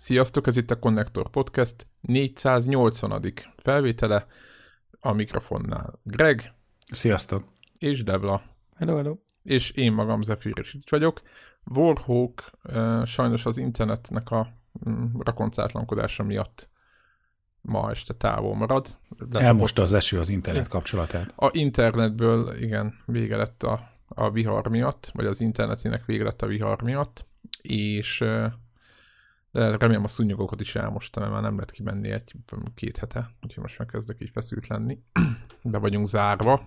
Sziasztok, ez itt a Connector Podcast 480. felvétele, a mikrofonnál Greg. Sziasztok. És Debla. Hello. És én magam, Zephyr, is itt vagyok. Warhawk sajnos az internetnek a rakoncátlankodása miatt ma este távol marad. Elmosta az eső az internet kapcsolatát. A internetből, igen, vége lett a vihar miatt, vagy az internetének vége lett a vihar miatt, és de remélem a szúnyogokat is elmostam, mert már nem lehet kimenni két hete, úgyhogy most már kezdek így feszült lenni. De vagyunk zárva.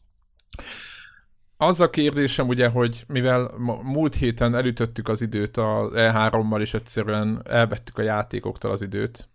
Az a kérdésem ugye, hogy mivel múlt héten elütöttük az időt az E3-mal, és egyszerűen elvettük a játékoktól az időt,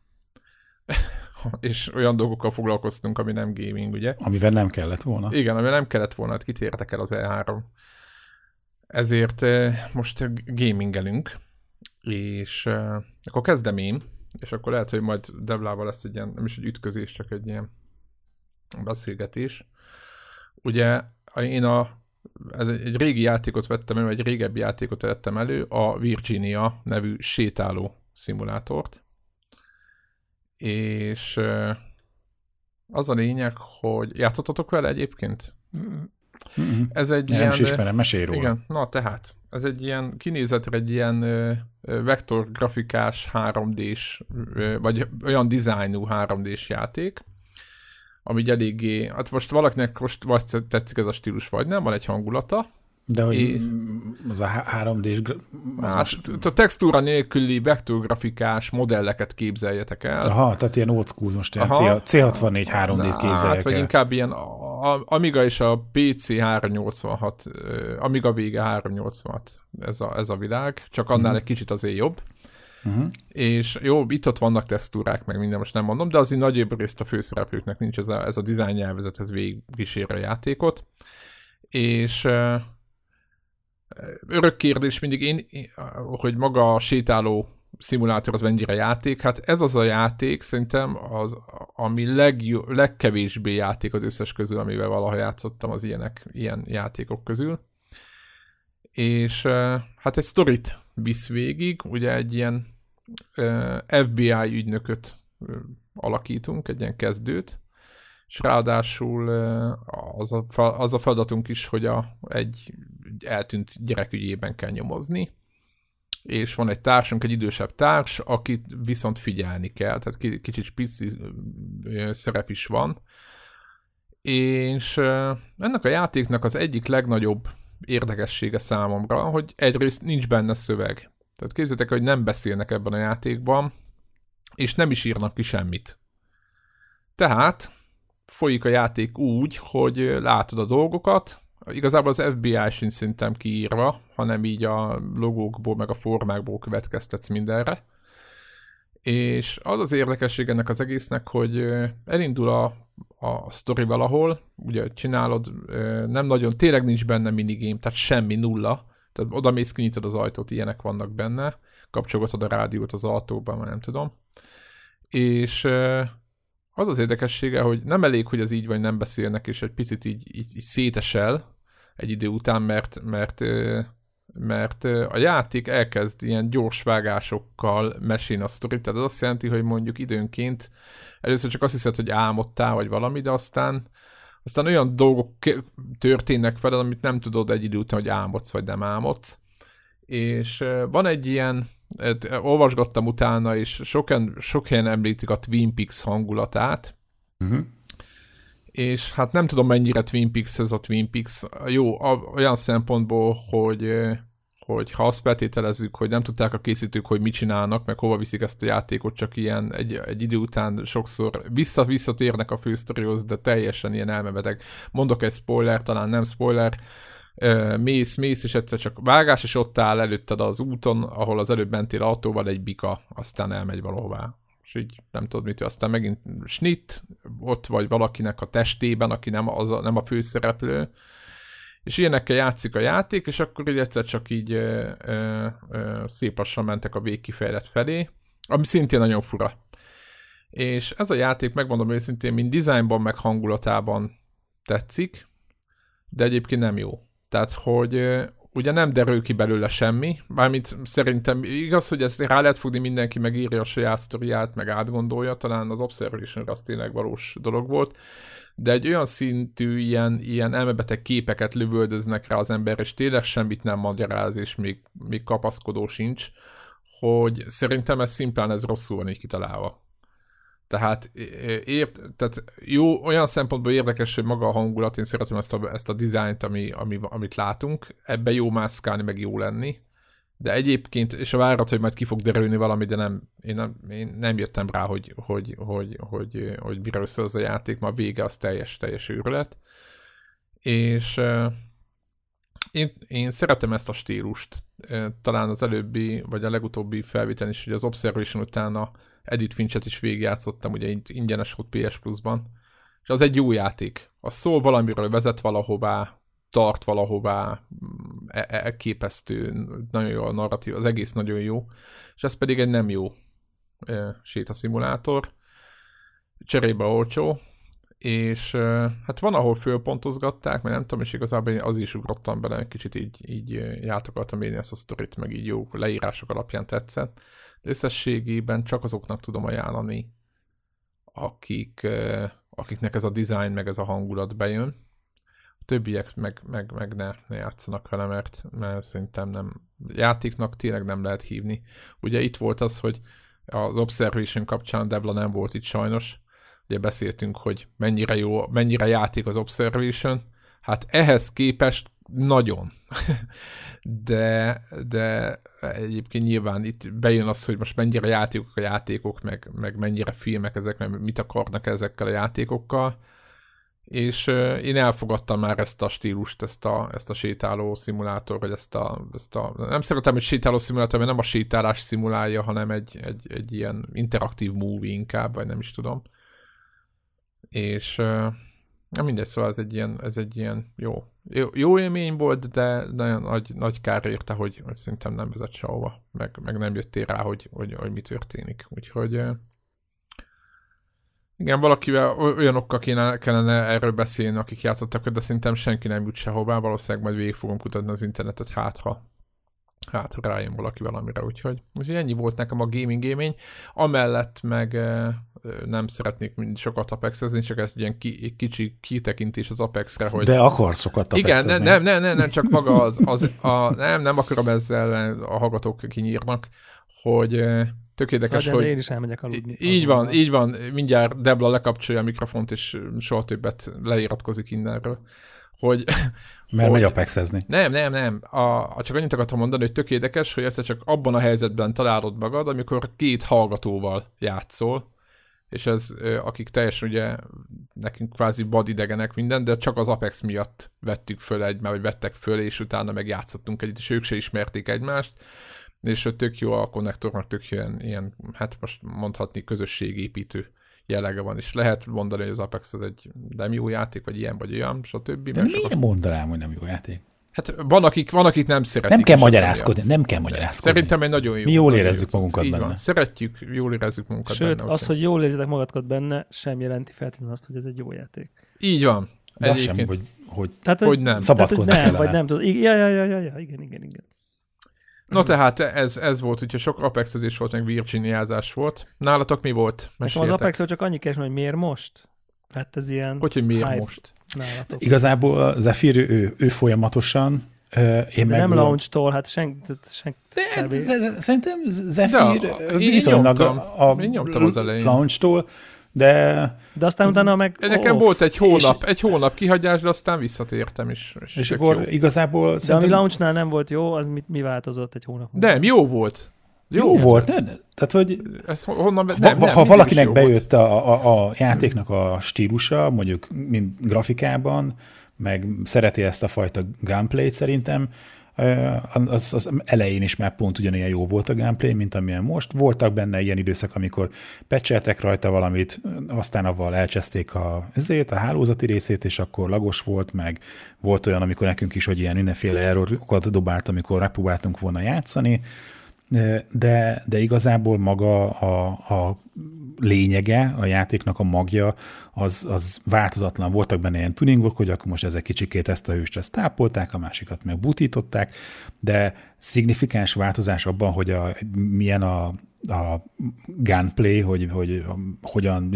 és olyan dolgokkal foglalkoztunk, ami nem gaming, ugye? Amivel nem kellett volna. Igen, amivel nem kellett volna, hát kitértek el az E3. Ezért most gamingelünk, és akkor kezdem én, és akkor lehet, hogy majd Deblával lesz egy ilyen, nem is egy ütközés, csak egy ilyen beszélgetés. Ugye én egy régi játékot vettem elő, egy régebbi játékot vettem elő, a Virginia nevű sétáló szimulátort. És az a lényeg, hogy játszottatok vele egyébként? Ez egy nem is ismerem, mesélj róla. Igen, na tehát, ez egy ilyen kinézetre egy ilyen vektorgrafikás 3D-s, vagy olyan dizájnú 3D-s játék, ami így eléggé, hát most valakinek most vagy tetszik ez a stílus, vagy nem, van egy hangulata. De hogy az a 3D-s... A textúra nélküli vektorgrafikás modelleket képzeljetek el. Aha, tehát ilyen old school most, ilyen C64 3D-t képzeljek hát, vagy inkább ilyen Amiga és a PC 386, Amiga vége 386, ez a világ, csak annál egy kicsit azért jobb. És jó, itt-ott vannak textúrák, meg minden, most nem mondom, de azért nagyobb részt a főszereplőknek nincs ez a design nyelvezet, ez végigkísér a játékot. És örök kérdés mindig hogy maga a sétáló szimulátor az mennyire játék, hát ez az a játék szerintem ami legkevésbé játék az összes közül, amivel valaha játszottam az ilyen játékok közül. És hát egy sztorit visz végig, ugye egy ilyen FBI ügynököt alakítunk, egy ilyen kezdőt, és ráadásul az a feladatunk is, hogy egy eltűnt gyerek ügyében kell nyomozni, és van egy társunk, egy idősebb társ, akit viszont figyelni kell, tehát kicsit pici szerep is van, és ennek a játéknak az egyik legnagyobb érdekessége számomra, hogy egyrészt nincs benne szöveg. Tehát képzeljétek, hogy nem beszélnek ebben a játékban, és nem is írnak ki semmit. Tehát folyik a játék úgy, hogy látod a dolgokat, igazából az FBI sincs szerintem kiírva, hanem így a logókból, meg a formákból következtetsz mindenre. És az az érdekesség ennek az egésznek, hogy elindul a sztori valahol, ugye csinálod, nem nagyon, tényleg nincs benne minigame, tehát semmi, nulla, tehát odamész, kinyitod az ajtót, ilyenek vannak benne, kapcsolgatod a rádiót az autóban, már nem tudom. És az az érdekessége, hogy nem elég, hogy az így vagy nem beszélnek, és egy picit így szétesel egy idő után, mert a játék elkezd ilyen gyors vágásokkal mesélni a sztorit, tehát az azt jelenti, hogy mondjuk időnként először csak azt hiszed, hogy álmodtál, vagy valami, de aztán olyan dolgok történnek veled, amit nem tudod egy idő után, hogy álmodsz, vagy nem álmodsz. És van egy ilyen, olvasgattam utána, és sok helyen említik a Twin Peaks hangulatát, és hát nem tudom, mennyire Twin Peaks ez a Twin Peaks. Jó, olyan szempontból, hogy ha azt feltételezzük, hogy nem tudták a készítők, hogy mit csinálnak, meg hova viszik ezt a játékot, csak ilyen egy idő után sokszor visszatérnek a fősztorihoz, de teljesen ilyen elmebeteg. Mondok egy spoiler, talán nem spoiler, mész, és egyszer csak vágás, és ott áll előtted az úton, ahol az előbb mentél autóval egy bika, aztán elmegy valahová. És így nem tudod mit, aztán megint snit, ott vagy valakinek a testében, aki nem a főszereplő, és ilyenekkel játszik a játék, és akkor így egyszer csak így szép lassan mentek a végkifejlet felé, ami szintén nagyon fura. És ez a játék, megmondom őszintén, mind dizájnban, meg hangulatában tetszik, de egyébként nem jó. Tehát, hogy ugye nem derül ki belőle semmi, mármint szerintem igaz, hogy ezt rá lehet fogni, mindenki megírja a saját sztoriát, meg átgondolja, talán az Observation az tényleg valós dolog volt, de egy olyan szintű ilyen elmebeteg képeket lövöldöznek rá az ember, és tényleg semmit nem magyaráz, és még kapaszkodó sincs, hogy szerintem ez szimplán rosszul van így kitalálva. Tehát jó, olyan szempontból érdekes, hogy maga a hangulat, én szeretem ezt a dizájnt, amit látunk, ebben jó mászkálni, meg jó lenni, de egyébként, és a várat, hogy majd ki fog derülni valami, de én nem jöttem rá, hogy mire össze az a játék, ma a vége az teljes őrület. És én szeretem ezt a stílust. Talán az előbbi, vagy a legutóbbi felvétel is, hogy az Observation után Edith Finchet is végigjátszottam, ugye ingyenes volt PS Plus-ban, és az egy jó játék. Az szól valamiről, vezet valahová, tart valahová, elképesztő, nagyon jó a narratív, az egész nagyon jó, és ez pedig egy nem jó sétaszimulátor, cserébe olcsó, és hát van, ahol fölpontozgatták, mert nem tudom, és igazából az is ugrottam bele, egy kicsit így játogattam én ezt a sztorit, meg így jó leírások alapján tetszett, de összességében csak azoknak tudom ajánlani, akiknek ez a design, meg ez a hangulat bejön. A többiek meg ne játszanak vele, mert szerintem nem játéknak tényleg nem lehet hívni. Ugye itt volt az, hogy az Observation kapcsán Devla nem volt itt sajnos. Ugye beszéltünk, hogy mennyire játék az Observation. Hát ehhez képest nagyon. de egyébként nyilván itt bejön az, hogy most mennyire játékok a játékok, meg mennyire filmek ezek, meg mit akarnak ezekkel a játékokkal. És én elfogadtam már ezt a stílust, ezt a sétáló szimulátor, vagy ezt a nem szeretem, hogy sétáló szimulátor, mert nem a sétálás szimulálja, hanem egy ilyen interaktív movie inkább, vagy nem is tudom. És nem mindegy, szóval ez egy ilyen jó élmény volt, de nagyon nagy kár érte, hogy szerintem nem vezet sehova, meg nem jöttél rá, hogy mi történik. Úgyhogy igen, valakivel, olyanokkal kellene erről beszélni, akik játszottak, de szerintem senki nem jut sehová, valószínűleg majd végig fogom kutatni az internetet, hát rájön valaki valamire, úgyhogy ennyi volt nekem a gaming élmény. Amellett meg nem szeretnék sokat apexezni, csak egy ilyen kicsi kitekintés az Apexre, hogy... De akarsz sokat apexezni. Igen, nem, csak maga nem akarom ezzel, a hallgatók kinyírnak, hogy tökéletes, szóval, hogy... én is elmegyek aludni. Így van, mindjárt Debla lekapcsolja a mikrofont, és soha többet leiratkozik innenről. Mert megy apexezni. Nem. Csak annyit akartam mondani, hogy tök érdekes, hogy ezt csak abban a helyzetben találod magad, amikor két hallgatóval játszol, és ez, akik teljesen ugye nekünk kvázi vadidegenek minden, de csak az Apex miatt vettük föl vagy vettek föl, és utána meg játszottunk együtt, és ők se ismerték egymást, és tök jó a konnektornak, tök ilyen, hát most mondhatni közösségépítő jellege van, és lehet mondani, hogy az Apex az egy nem jó játék, vagy ilyen, vagy olyan, stb. De miért mondanám, hogy nem jó játék? Hát van, akik nem szeretik. Nem kell magyarázkodni. Szerintem egy nagyon jó. Mi jól érezzük magunkat benne. Van. Szeretjük, jól érezzük magunkat benne. Sőt, az, hogy jól érzitek magatokat benne, sem jelenti feltétlenül azt, hogy ez egy jó játék. Így van. De egyébként. Sem, hogy nem. Szabadkozni kellene. Vagy nem tudod. Igen. No tehát ez volt, úgyhogy sok apexezés volt, meg virginiázás volt. Nálatok mi volt? Nekem az Apexről csak annyi keresni, hogy miért most? Hát ez ilyen... Hogy miért most? Nálatok. Igazából Zephyr, ő folyamatosan... nem launch-tól, hát szerintem Zephyr viszonylag a launch-tól, de aztán utána meg... Nekem volt egy hónap kihagyás, de aztán visszatértem is. És akkor jó. Igazából... De ami launchnál nem volt jó, az mi változott egy hónap múlva? Nem, jó volt. Jó volt. Tehát, hogy ha valakinek bejött a játéknak a stílusa, mondjuk mint grafikában, meg szereti ezt a fajta gameplayt szerintem, az elején is már pont ugyanilyen jó volt a gameplay, mint amilyen most. Voltak benne ilyen időszak, amikor patcheltek rajta valamit, aztán avval elcseszték a hálózati részét, és akkor lagos volt, meg volt olyan, amikor nekünk is, hogy ilyen mindenféle errorokat dobált, amikor megpróbáltunk volna játszani, de igazából maga a lényege, a játéknak a magja, az változatlan. Voltak benne ilyen tuningok, hogy akkor most ezek kicsikét ezt a hőst ezt tápolták, a másikat meg butították, de szignifikáns változás abban, hogy milyen a gunplay, hogy hogyan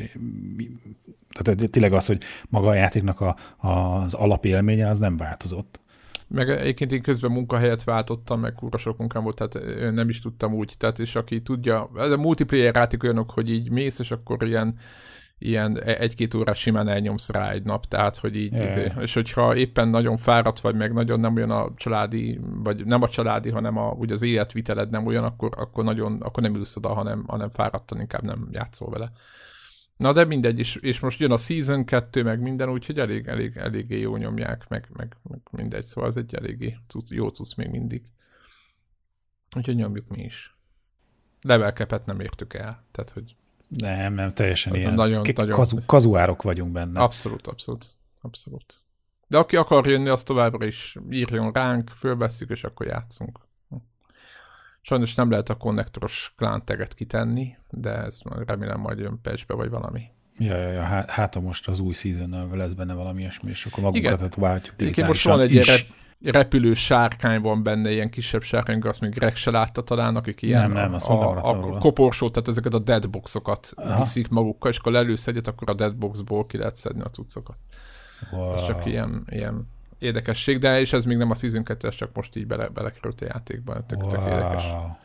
tehát tényleg az, hogy maga a játéknak az alapélménye, az nem változott. Meg egyébként én közben munkahelyet váltottam, meg kurva sok munkám volt, tehát nem is tudtam úgy. Tehát, és aki tudja, ez a multiplayer játék olyanok, hogy így mész, és akkor ilyen 1-2 órás simán elnyomsz rá egy nap, tehát, hogy így, és hogyha éppen nagyon fáradt vagy, meg nagyon nem olyan a családi, vagy nem a családi, hanem úgy az életviteled nem olyan, akkor nem ülsz oda, hanem fáradtan, inkább nem játszol vele. Na de mindegy, és most jön a Season 2, meg minden, úgyhogy eléggé jó nyomják, meg mindegy, szóval ez egy eléggé jó cucc még mindig. Úgyhogy nyomjuk mi is. Level cap-et nem értük el, tehát hogy... Nem, teljesen ilyen. Nagyon kazuárok vagyunk benne. Abszolút. De aki akar jönni, az továbbra is írjon ránk, fölvesszük, és akkor játszunk. Sajnos nem lehet a konnektoros klánteget kitenni, de ez remélem majd jön patchbe, vagy valami. Ja, hát most az új season-nal lesz benne valami ilyesmi, és akkor magunkat váltjuk. Igen, most van egy repülő sárkány van benne, ilyen kisebb sárkány, azt még Greg se látta talán, akik ilyen a koporsót, tehát ezeket a deadboxokat viszik magukkal, és akkor lelősz egyet, akkor a deadboxból ki lehet szedni a cuccokat. Wow. Ez csak ilyen érdekesség, de és ez még nem a Season 2, ez csak most így belekerült a játékban. Tök érdekes.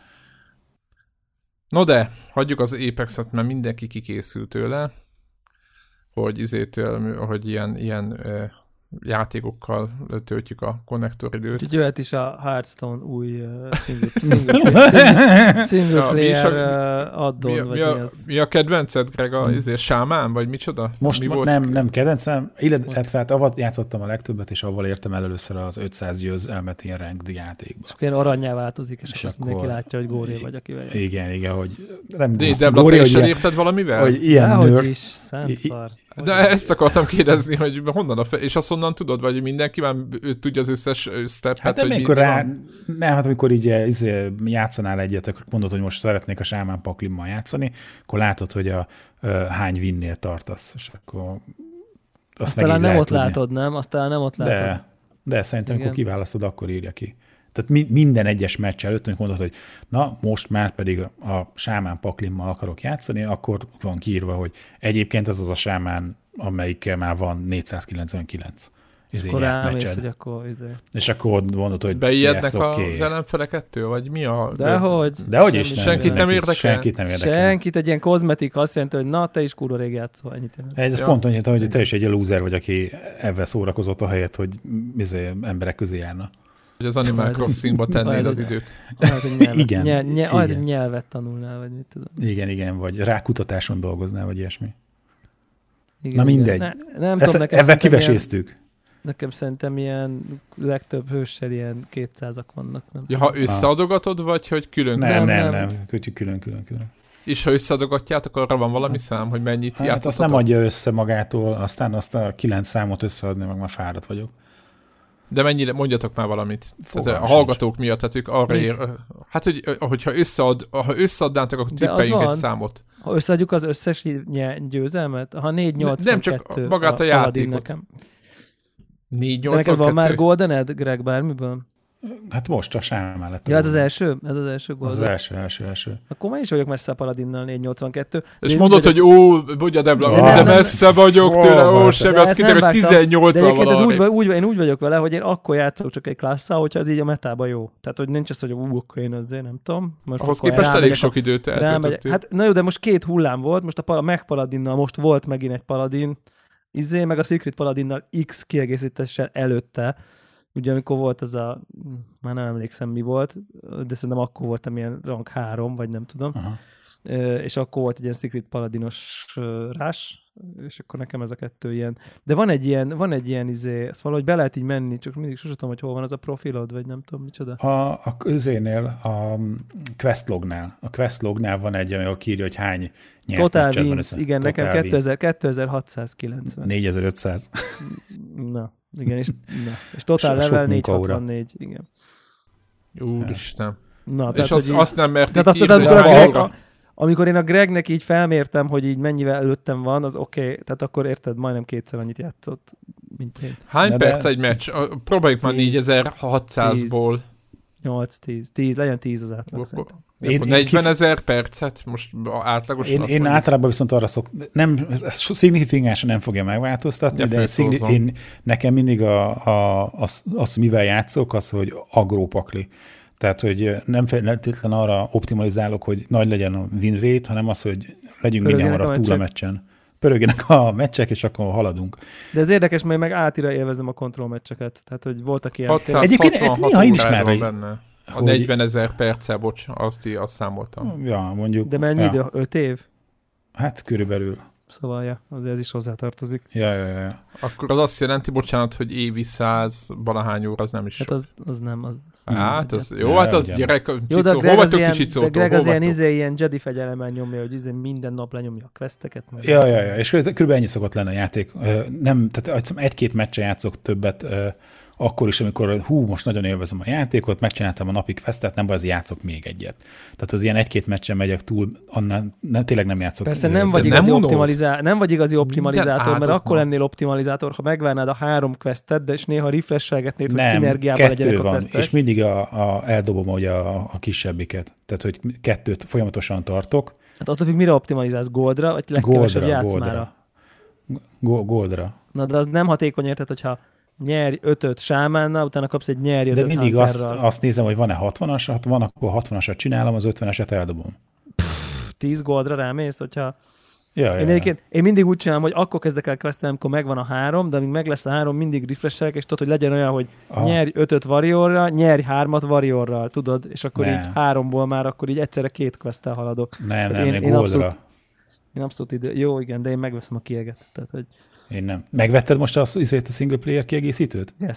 No de, hagyjuk az Apex-et, mert mindenki kikészült tőle, hogy ilyen játékokkal töltjük a konnektoridőt. Úgyhogy jöhet is a Hearthstone új single player addon, vagy mi a kedvenced, Greg? Sámán, vagy micsoda? Most nem kedvencem, illetve hát avval játszottam a legtöbbet, és avval értem el először az 500 győzelmet ilyen ranked játékba. És akkor ilyen aranyjá változik, és akkor mindenki látja, hogy Góré vagy, akivel játszik. Igen, hogy... De te is elérted valamivel? Hogy ilyen dehogy is, szentszar. De ezt akartam kérdezni, hogy honnan és azt onnan tudod, vagy mindenki már tudja az összes steppet? Hát amikor így játszanál egyet, akkor mondod, hogy most szeretnék a sámán paklimmal játszani, akkor látod, hogy hány winnél tartasz, és akkor azt talán nem ott látod, nem? Azt talán nem ott látod. De szerintem, amikor kiválasztod, akkor írja ki. Tehát minden egyes meccs előtt, amikor mondod, hogy na, most már pedig a sámán paklimmal akarok játszani, akkor van kiírva, hogy egyébként ez az a sámán, amelyikkel már van 499. És akkor rámész, hogy akkor... És akkor mondod, hogy beijednek az ellenfelekettől, vagy mi a... Dehogy is nem. Senkit nem érdekel? Senkit, egy ilyen kozmetik azt jelenti, hogy na, te is kurva rég játszol, ennyit. Ez pont annyit, hogy te is egy lúzer vagy, aki ebben szórakozott a helyet, hogy emberek közé járna. Hogy az Animal Crossingba tennéd az időt. Igen. Nyelvet tanulnál, vagy mit tudom. Igen, vagy rákutatáson dolgoznál, vagy ilyesmi. Igen, na mindegy. Nem tudom, ebben kiveséztük. Nekem szerintem ilyen legtöbb hőssel ilyen 200-ak vannak. Nem? Ja, ha összeadogatod, vagy hogy külön? Nem. Kötjük külön. És ha összeadogatjátok, arra van valami szám, hogy mennyit játszottatok? Azt nem adja össze magától, aztán azt a 9 számot összeadni, meg már fáradt vagyok. De mennyire, mondjatok már valamit. Tehát a hallgatók miatt, tehát ők arra ér... Hát, hogyha összeadnátok, akkor tippeljünk egy számot. Ha összeadjuk az összes győzelmet? Ha 482 nem csak magát a játékot. Nekem. 482? Neked van már Goldened, Greg, bármiből? Hát most a sámán lett. Ja, ez az első? Ez az első Golden? Az első. Akkor már is vagyok messze a Paladinnal 482. És mondod, hogy vagy a Debla, de messze vagyok tőle, semmi, azt kiderül, hogy 18-al valami. Én úgy vagyok vele, hogy én akkor játszok csak egy klasszal, hogyha az így a metában jó. Tehát, hogy nincs az, hogy akkor én azért nem tudom. Ahhoz képest elég sok időt eltöltöttél. Hát na jó, de most 2 hullám volt, most a Meg Paladinnal most volt megint egy Paladin, meg a Secret Paladinnal X kiegészítéssel előtte. Ugye amikor volt ez már nem emlékszem mi volt, de szerintem akkor voltam ilyen rang 3, vagy nem tudom. Aha. És akkor volt egy ilyen Secret Paladinos rás, és akkor nekem ez a 2 ilyen. De van egy ilyen azt valahogy be lehet így menni, csak mindig sosem tudom, hogy hol van az a profilod, vagy nem tudom, micsoda. A közénél, a questloognál. A questlognál van egy, ahol kiírja, hogy hány nyert. Total wins, igen, nekem 2690. 4500. Na. Igen, és total level 464, igen. Úristen. Na, és azt nem merték írni. amikor én a Gregnek így felmértem, hogy így mennyivel előttem van, az oké, tehát akkor érted, majdnem kétszer annyit játszott, mint én. Hány perc egy meccs? Próbáljuk már 4600-ból. 8-10, legyen 10 az átlag szerintem. 40 000 percet most átlagosan? Én általában viszont arra ez szignifikánsan nem fogja megváltoztatni, de nekem mindig az, mivel játszok, az, hogy agrópakli. Tehát, hogy nem feltétlenül arra optimalizálok, hogy nagy legyen a win rate, hanem az, hogy legyünk minél hamarabb túl a meccsen. Pörögjenek a meccsek, és akkor haladunk. De ez érdekes, mert meg átira élvezem a kontrollmeccseket. Tehát, hogy voltak ilyen... Egyébként ez néha én is már benne. A 40 000 perccel, bocs, azt számoltam. Ja, mondjuk. De mennyi idő? 5 év? Hát körülbelül. Szóval, ja, azért ez is hozzátartozik. Ja. Akkor az azt jelenti, bocsánat, hogy évi 100 valahány óra, az nem is sok. Hát az nem, az... Hát az, jó, hát az gyerek, jó, de hol vagytok ti Csicótól? De Greg az ilyen Jedi fegyelemmel nyomja, hogy minden nap lenyomja a questeket. Ja, és körülbelül ennyi szokott lenne a játék. Nem, tehát egy-két meccsen játszok többet, akkor is, amikor most nagyon élvezem a játékot, megcsináltam a napi questet, nem baj, az játszok még egyet. Tehát az ilyen egy-két meccsen megyek túl, annál tényleg nem játszok. Persze nem vagy igazi optimalizátor, mert akkor lennél optimalizátor, ha megvárnád a 3 questet, de és néha refreshelgetnéd, hogy szinergiában legyenek a questek. És mindig eldobom ugye a kisebbiket. Tehát, hogy 2 folyamatosan tartok. Hát attól függ, mire optimalizálsz? Goldra, vagy legkevesebb játszmára? Goldra. Na, de az nem hatékony, érted, hogyha nyerj 5-öt sámánnal, utána kapsz egy nyerj 5-öt de mindig azt nézem, hogy van-e 60-as, ha van, akkor 60-asat csinálom, az 50-eset eldobom. 10 goldra rámész, hogyha... Ja. Én mindig úgy csinálom, hogy akkor kezdek el questelni, amikor megvan a 3, de amíg meg lesz a 3, mindig refreshelek, és tudod, hogy legyen olyan, hogy nyerj 5-öt warriorra, nyerj 3-at warriorral, tudod? És akkor így 3-ból már akkor így egyszerre 2 questtel haladok. Nem, goldra. Én abszolút jó, igen, de én megveszem a kieget. Tehát, hogy... Én nem. Megvetted most a single player kiegészítőt? Yes.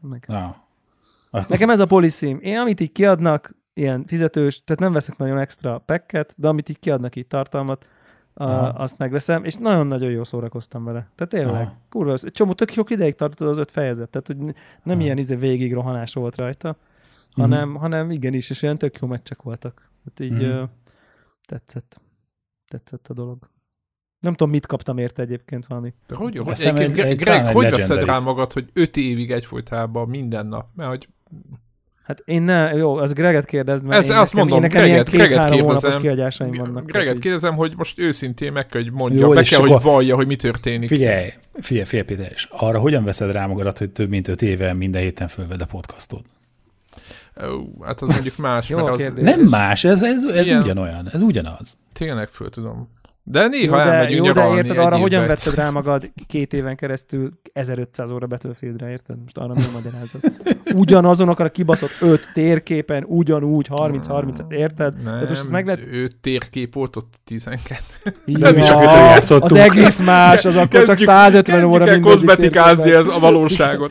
Nekem ez a policy-m. Én amit így kiadnak, ilyen fizetős, tehát nem veszek nagyon extra packet, de amit így kiadnak így tartalmat, azt megveszem, és nagyon-nagyon jól szórakoztam vele. Tehát tényleg, kurva, egy csomó, tök sok ideig tartott az 5 fejezet, tehát hogy nem ilyen végig rohanás volt rajta, hanem igenis, és ilyen tök jó meccsek voltak. Tehát így tetszett a dolog. Nem tudom, mit kaptam érte egyébként valami. De Greg, hogy veszed rá magad, hogy 5 évig egyfolytában minden nap? Mert hogy... Hát én jó, az Greget kérdezd, mert azt mondom, Greget kérdezem. Kiadásaim vannak. Greget kérdezem, hogy most őszintén meg kell, hogy mondja, be kell, hogy vallja, hogy mi történik. Figyelj, Péter, arra hogyan veszed rá magadat, hogy több mint 5 éve minden héten fölved a podcastot? Hát az mondjuk más. Jó, mert az... Nem más, ez ugyanolyan, ez ugyanaz. Tényleg föl tudom. De néha elmegyünk nyaralni. De érted, arra hogyan vetted rá magad 2 éven keresztül 1500 óra Battlefieldre, érted? Most arra mi a magyarázat? Ugyanazonok a kibaszott 5 térképen, ugyanúgy 30-30, érted? Nem, most meg lehet... 5 térkép volt, ott 12. Nem is csak 5 játszottunk. Az egész más, az akkor csak 150 óra mindegyik kozmetikázni ez a valóságot.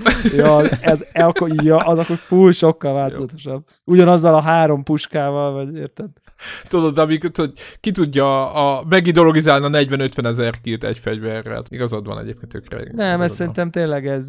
Az akkor full sokkal változatosabb. Ugyanazzal a 3 puskával, vagy érted? Tudod, amikor ki tudja megidologizálni a 40-50 ezer killt egy fegyverrel. Igazad van egyébként tökre. Nem, ez szerintem tényleg ez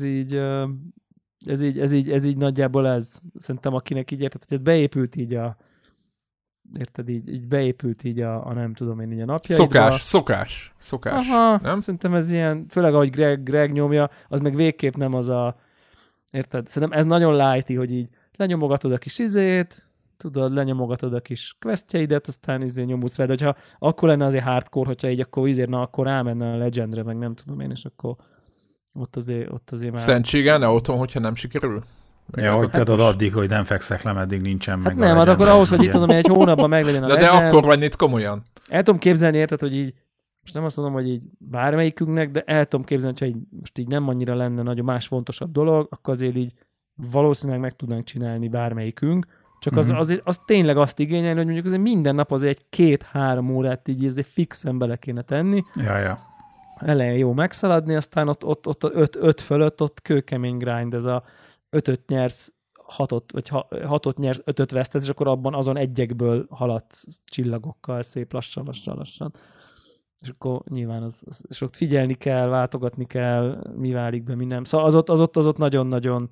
így nagyjából ez. Szerintem akinek így érted, hogy ez beépült így érted, így beépült így a nem tudom én így a napjaidba. Szokás. Aha, nem? Szerintem ez ilyen, főleg ahogy Greg nyomja, az meg végképp nem az érted? Szerintem ez nagyon lighty, hogy így lenyomogatod a kis tudod, lenyomogatod a kis questjeidet, aztán nyomulsz vele, hogyha akkor lenne azért hardcore, hogyha így akkor rámenne a Legendre, meg nem tudom én, és akkor ott azért már... Szentsége ne otthon, hogyha nem sikerül? Ja, hogy tudod addig, hogy nem fekszek le, meddig nincsen meg nem, hát akkor ahhoz, hogy itt tudom, egy hónapban meglegyen a Legend. De akkor vagy itt komolyan. El tudom képzelni, érted, hogy így, most nem azt mondom, hogy így bármelyikünknek, de el tudom képzelni, hogyha így, most így nem annyira lenne nagyon más fontosabb dolog, akkor azért így valószínűleg meg tudnánk csinálni bármelyikünk. Csak az tényleg azt igényelni, hogy mondjuk azért minden nap azért 2-3 órát így azért fixen bele kéne tenni. Ja. Elején jó megszaladni, aztán ott 5 fölött ott kőkemény grind, ez a 5-öt nyersz, 6-ot nyersz, 5-öt vesztesz, és akkor abban azon egyekből haladsz csillagokkal szép lassan. És akkor nyilván és ott figyelni kell, váltogatni kell, mi válik be, mi nem. Szóval az ott nagyon-nagyon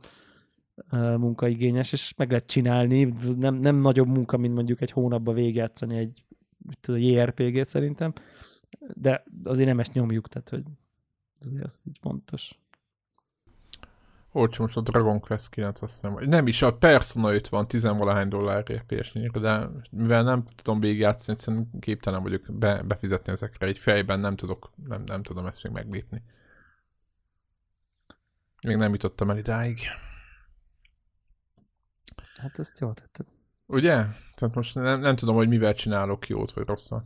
munkaigényes, és meg lehet csinálni. Nem nagyobb munka, mint mondjuk egy hónapban végigjátszani egy JRPG-t szerintem, de azért nem ezt nyomjuk, tehát hogy azért az így fontos. Olcsó most a Dragon Quest 9, azt hiszem. Nem is, a Persona 5 van $10-valahány PS4-re, de mivel nem tudom végigjátszani, egyszerűen képtelen vagyok befizetni ezekre, egy fejben nem tudom ezt még meglépni. Még nem jutottam el idáig. Hát ezt jól tetted. Ugye? Tehát most nem tudom, hogy mivel csinálok jót vagy rosszat.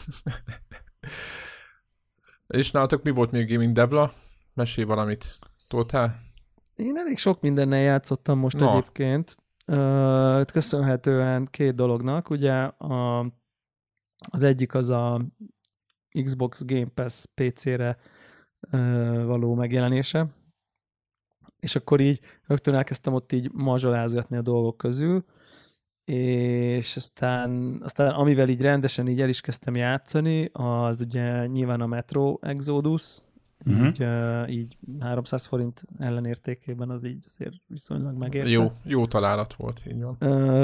És nálatok mi volt még Gaming Debla? Mesélj valamit. Toltál? Én elég sok mindennel játszottam most egyébként. Köszönhetően 2 dolognak. Ugye az egyik az a Xbox Game Pass PC-re való megjelenése. És akkor így rögtön elkezdtem ott így mazsolázgatni a dolgok közül, és aztán amivel így rendesen így el is kezdtem játszani, az ugye nyilván a Metro Exodus, így 300 forint ellenértékében az így azért viszonylag megérte. Jó találat volt, így van.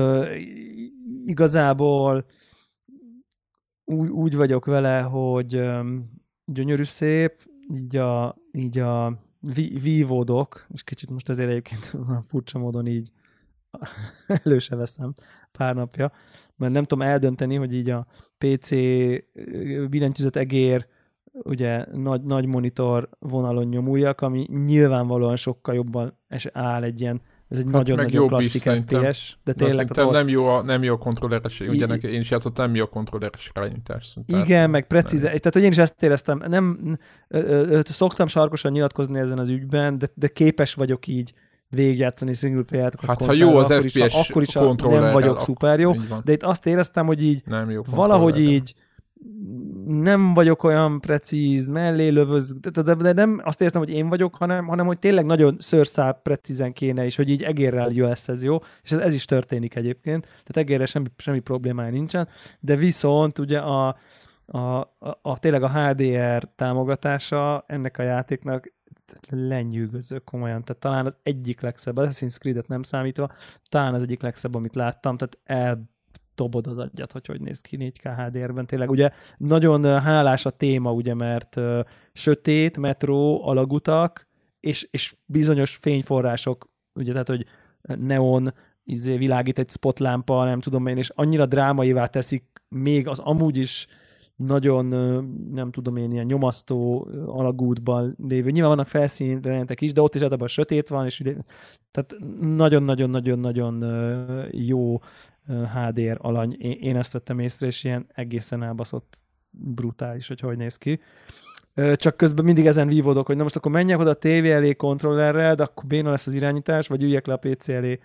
Igazából úgy vagyok vele, hogy gyönyörű szép, így a vívódok, és kicsit most ezért egyébként furcsa módon így elő se veszem pár napja, mert nem tudom eldönteni, hogy így a PC billentyűzet egér, ugye nagy monitor vonalon nyomuljak, ami nyilvánvalóan sokkal jobban áll egy ilyen, ez egy nagyon-nagyon klasszik FPS, de tényleg... Nem jó a kontrolleres, ugye én is játszottam, nem jó a kontrolleres irányítás. Igen, meg precíz, tehát hogy én is ezt éreztem, szoktam sarkosan nyilatkozni ezen az ügyben, de képes vagyok így végigjátszani single player-játékokat. Hát ha jó az FPS akkor is nem vagyok szuper jó, de itt azt éreztem, hogy így valahogy így nem vagyok olyan precíz, mellé lövöz, de nem azt éreztem, hogy én vagyok, hanem hogy tényleg nagyon szőrszál precízen kéne, és hogy így egérrel jó lesz ez jó, és ez is történik egyébként, tehát egérrel semmi problémája nincsen, de viszont ugye tényleg a HDR támogatása ennek a játéknak lenyűgöző komolyan, tehát talán az egyik legszebb, az Assassin's Creed-et nem számítva, talán az egyik legszebb, amit láttam, tehát dobod az agyat, hogy néz ki 4K HDR-ben. Tényleg ugye nagyon hálás a téma, ugye, mert sötét, metró, alagutak, és bizonyos fényforrások, ugye, tehát, hogy neon világít egy spotlámpa, nem tudom én, és annyira drámaivá teszik még az amúgy is nagyon, nem tudom én, ilyen nyomasztó alagútban lévő. Nyilván vannak felszínjelentek is, de ott is általában sötét van, és tehát nagyon-nagyon-nagyon-nagyon jó HDR alany. Én ezt vettem észre, és ilyen egészen elbaszott brutális, hogy néz ki. Csak közben mindig ezen vívódok, hogy na most akkor menjek oda a tévé elé kontrollerrel, de akkor béna lesz az irányítás, vagy üljek le a PC elé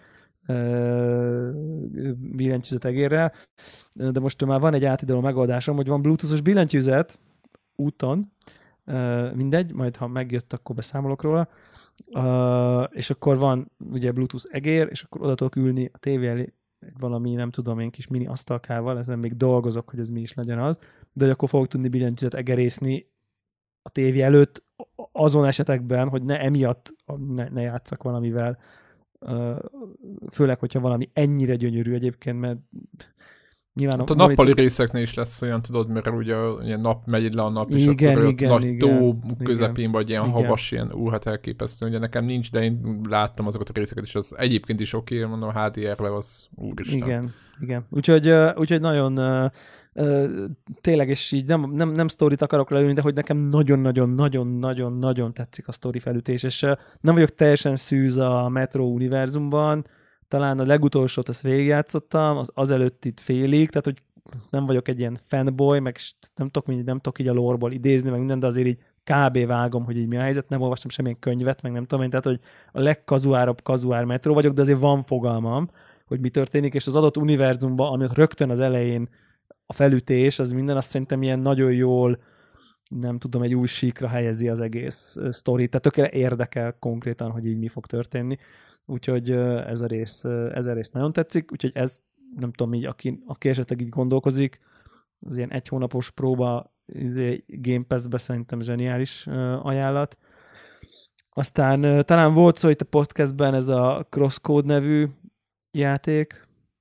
billentyűzet egérrel. De most már van egy átidaló megoldásom, hogy van bluetoothos billentyűzet úton, mindegy, majd ha megjött, akkor beszámolok róla, és akkor van ugye bluetooth egér, és akkor oda tudok ülni a tévé elé valami, nem tudom én, kis mini asztalkával, ezen még dolgozok, hogy ez mi is legyen az, de hogy akkor fogok tudni billentyűzet egerészni a tévé előtt azon esetekben, hogy ne emiatt ne játsszak valamivel, főleg, hogyha valami ennyire gyönyörű egyébként, mert nyilván hát a nappali részeknél is lesz olyan, tudod, mert ugye ilyen megy le a nap, és akkor ott nagy tó közepén, vagy ilyen havas, ilyen hát elképesztő. Ugye nekem nincs, de én láttam azokat a részeket, és az egyébként is oké, mondom, a HDR-le az úristen. Igen. Úgyhogy nagyon tényleg, és így nem sztorit akarok leülni, de hogy nekem nagyon-nagyon-nagyon-nagyon-nagyon tetszik a sztori felütés, és nem vagyok teljesen szűz a Metro univerzumban, talán a legutolsót azt végigjátszottam, az előtt itt félig, tehát hogy nem vagyok egy ilyen fanboy, meg nem tudok így a lore-ból idézni, meg minden, de azért így kb. Vágom, hogy így mi a helyzet, nem olvastam semmilyen könyvet, meg nem tudom én, tehát hogy a legkazuárabb kazuár Metro vagyok, de azért van fogalmam, hogy mi történik, és az adott univerzumban, amit rögtön az elején a felütés, az minden, azt szerintem ilyen nagyon jól, nem tudom, egy új síkra helyezi az egész sztorit, tehát tökéletes érdekel konkrétan, hogy így mi fog történni. Úgyhogy ez a rész nagyon tetszik, úgyhogy ez, nem tudom, így, aki esetleg így gondolkozik, az ilyen 1 hónapos próba Game Pass-be szerintem zseniális ajánlat. Aztán talán volt szó itt a podcastben ez a Crosscode nevű játék,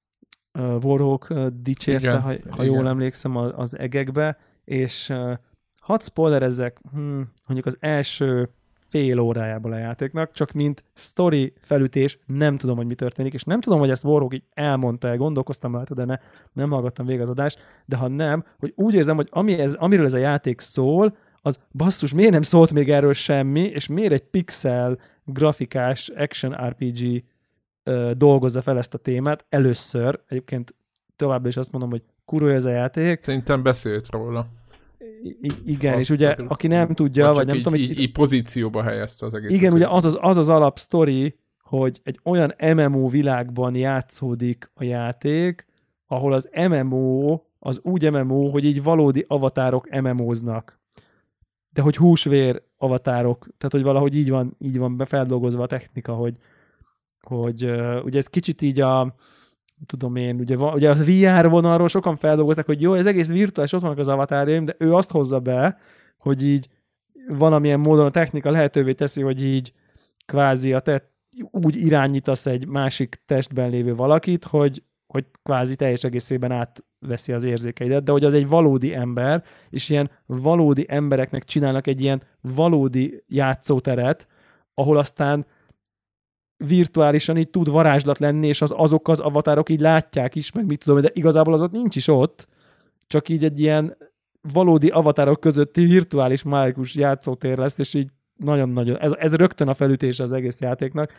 Warhawk dicsérte, ha jól emlékszem, az egekbe, és hadd spoilerezzek, mondjuk az első fél órájából a játéknak, csak mint sztori felütés, nem tudom, hogy mi történik, és nem tudom, hogy ezt Warhawk így elmondta, gondolkoztam rajta, de nem hallgattam végig az adást, de ha nem, hogy úgy érzem, hogy amiről ez a játék szól, az basszus, miért nem szólt még erről semmi, és miért egy pixel grafikás action RPG dolgozza fel ezt a témát először. Egyébként továbbra is azt mondom, hogy kurva ez a játék. Szerintem beszélt róla. Igen, azt és ugye aki nem tudja, vagy nem tudom... Így pozícióba helyezte az egész. Igen, ugye az az alapsztori, hogy egy olyan MMO világban játszódik a játék, ahol az MMO, az úgy MMO, hogy így valódi avatárok MMO-znak. De hogy húsvér avatárok, tehát hogy valahogy így van befeldolgozva a technika, hogy ugye ez kicsit így tudom én, ugye a VR vonalról sokan feldolgozták, hogy jó, ez egész virtuális, ott vannak az avatárjaim, de ő azt hozza be, hogy így valamilyen módon a technika lehetővé teszi, hogy így kvázi úgy irányítasz egy másik testben lévő valakit, hogy kvázi teljes egészében átveszi az érzékeidet, de hogy az egy valódi ember, és ilyen valódi embereknek csinálnak egy ilyen valódi játszóteret, ahol aztán virtuálisan így tud varázslat lenni, és azok az avatárok így látják is, meg mit tudom, de igazából az ott nincs is ott, csak így egy ilyen valódi avatárok közötti virtuális mágikus játszótér lesz, és így nagyon-nagyon, ez rögtön a felütése az egész játéknak.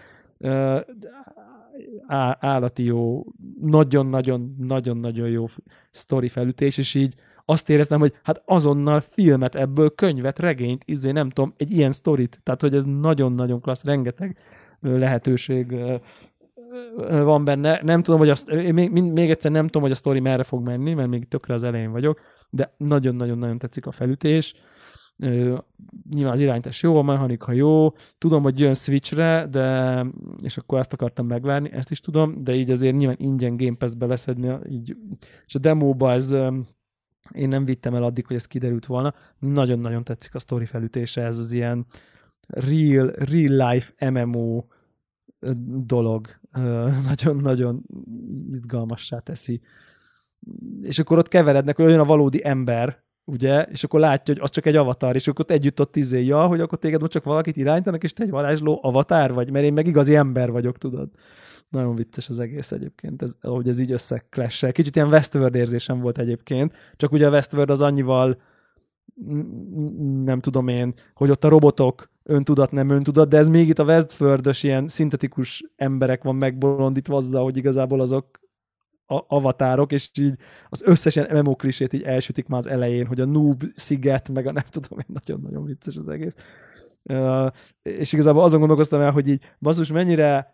Állati jó, nagyon-nagyon jó sztori felütés, és így azt éreztem, hogy hát azonnal filmet ebből, könyvet, regényt, nem tudom, egy ilyen sztorit, tehát hogy ez nagyon-nagyon klassz, rengeteg lehetőség van benne. Nem tudom, hogy még egyszer nem tudom, hogy a sztori merre fog menni, mert még tökre az elején vagyok, de nagyon-nagyon-nagyon tetszik a felütés. Nyilván az irányítás jó, a mechanika jó, tudom, hogy jön Switchre, és akkor ezt akartam megvárni, ezt is tudom, de így azért nyilván ingyen Game Pass-be leszedni, így, és a demóba ez én nem vittem el addig, hogy ez kiderült volna. Nagyon-nagyon tetszik a sztori felütése, ez az ilyen real life MMO dolog. Nagyon-nagyon izgalmassá teszi. És akkor ott keverednek, hogy olyan a valódi ember, ugye, és akkor látja, hogy az csak egy avatar, és akkor együtt ott hogy akkor téged most csak valakit irányítanak, és te egy varázsló avatar vagy, mert én meg igazi ember vagyok, tudod. Nagyon vicces az egész egyébként, ahogy ez így összeklessel. Kicsit ilyen Westworld érzésem volt egyébként, csak ugye a Westworld az annyival nem tudom én, hogy ott a robotok öntudat, nem öntudat, de ez még itt a Westworld-ös ilyen szintetikus emberek van megbolondítva azzal, hogy igazából azok avatárok, és így az összes ilyen MMO klisét így elsütik már az elején, hogy a noob sziget, meg a nem tudom, nagyon-nagyon vicces az egész. És igazából azon gondolkoztam el, hogy így basszus, mennyire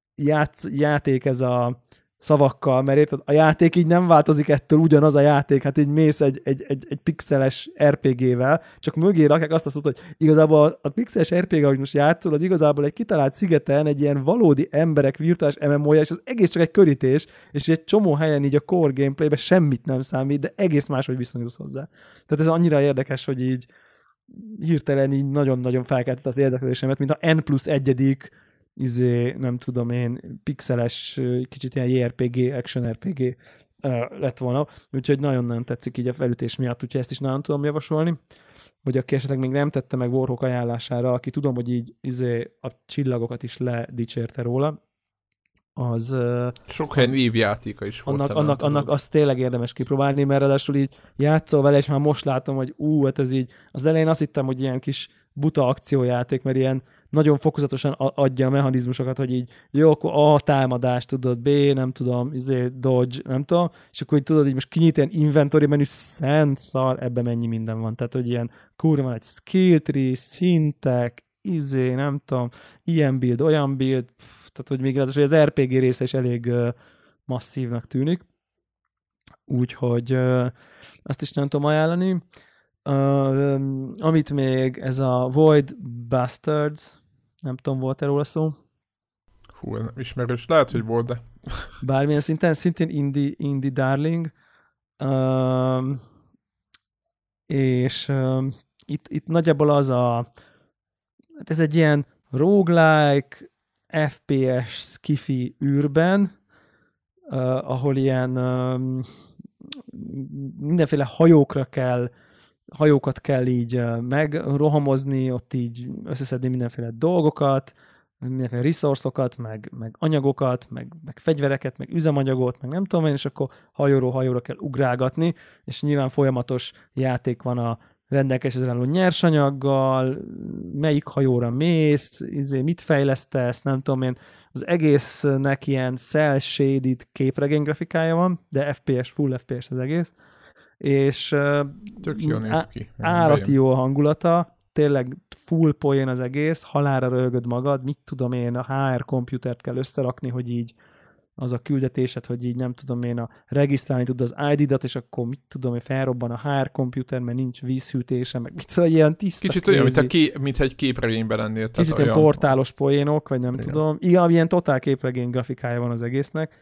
játék ez a szavakkal, mert érted, a játék így nem változik ettől, ugyanaz a játék, hát így mész egy pixeles RPG-vel, csak mögé rakják azt a szót, hogy igazából a pixeles RPG, ahogy most játszol, az igazából egy kitalált szigeten egy ilyen valódi emberek virtuális MMO-ja, és az egész csak egy körítés, és egy csomó helyen így a core gameplayben semmit nem számít, de egész máshogy viszonyulsz hozzá. Tehát ez annyira érdekes, hogy így hirtelen így nagyon-nagyon felkeltett az érdeklődésemet, mint a N+1. Nem tudom én, pixeles, kicsit ilyen JRPG, action RPG lett volna, úgyhogy nagyon-nagyon tetszik így a felütés miatt, úgyhogy ezt is nagyon tudom javasolni, hogy aki esetleg még nem tette meg Warhawk ajánlására, aki tudom, hogy így a csillagokat is ledicsérte róla, az... Sok helyen évjátéka is volt. Annak azt tényleg érdemes kipróbálni, mert ráadásul így játszol vele, és már most látom, hogy hát ez így, az elején azt hittem, hogy ilyen kis buta akciójáték, mert ilyen nagyon fokozatosan adja a mechanizmusokat, hogy így jó, akkor A támadás, tudod, B, nem tudom, dodge, nem tudom, és akkor így tudod, így most kinyit ilyen inventory menü, szent szar, ebben mennyi minden van. Tehát, hogy ilyen kurva van egy skill tree, szintek, nem tudom, ilyen build, olyan build, tehát, hogy még az RPG része is elég masszívnak tűnik. Úgyhogy azt is nem tudom ajánlani. Amit még, ez a Void Bastards, nem tudom, volt-e róla szó? Hú, ismerős, lehet, hogy volt, de... Bármilyen szinten, szintén indie darling. És itt nagyjából az hát ez egy ilyen roguelike, FPS skifi űrben, ahol ilyen mindenféle hajókat kell így megrohamozni, ott így összeszedni mindenféle dolgokat, mindenféle resource-okat, meg anyagokat, meg fegyvereket, meg üzemanyagot, meg nem tudom én, és akkor hajóról hajóra kell ugrálgatni, és nyilván folyamatos játék van a rendelkezésre álló nyersanyaggal, melyik hajóra mész, mit fejlesztesz, nem tudom én. Az egésznek ilyen cel-shaded képregény grafikája van, de FPS, full FPS az egész, és tök jól néz ki. Állati jó a hangulata, tényleg full poén az egész, halálra röhögöd magad, mit tudom én, a HR komputert kell összerakni, hogy így az a küldetésed, hogy így nem tudom én, regisztrálni tud az ID-dat, és akkor mit tudom, hogy felrobban a HR komputer, mert nincs vízhűtése, meg mit szóval ilyen tiszta. Kicsit olyan, mint egy képregényben lennél. Kicsit olyan portálos poénok, vagy nem tudom. Igen, ilyen totál képregény grafikája van az egésznek,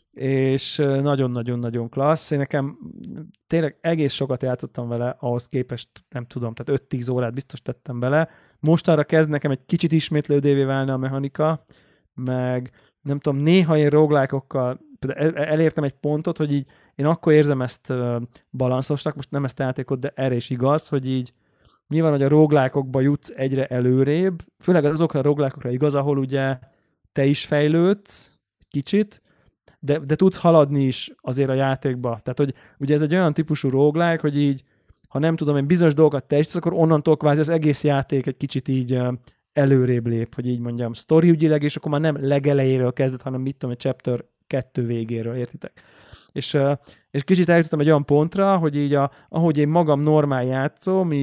és nagyon-nagyon-nagyon klassz. Én nekem tényleg egész sokat játszottam vele, ahhoz képest nem tudom, tehát 5-10 órát biztos tettem bele. Most arra kezd nekem egy kicsit ismétlődévé válni a mechanika, meg nem tudom, néha én roguelike-okkal elértem egy pontot, hogy így én akkor érzem ezt balanszosnak, most nem ezt a játékot, de erre is igaz, hogy így nyilván, hogy a roguelike-okba jutsz egyre előrébb, főleg azokra a roguelike-okra igaz, ahol ugye te is fejlődsz kicsit, de tudsz haladni is azért a játékba. Tehát, hogy ugye ez egy olyan típusú roguelike, hogy így, ha nem tudom, én bizonyos dolgokat teljesítesz, akkor onnantól kvázi az egész játék egy kicsit így előrébb lép, hogy így mondjam, sztoriügyileg, és akkor már nem legelejéről kezdett, hanem mit tudom, egy chapter 2 végéről, értitek? És kicsit eljutottam egy olyan pontra, hogy így ahogy én magam normál játszom,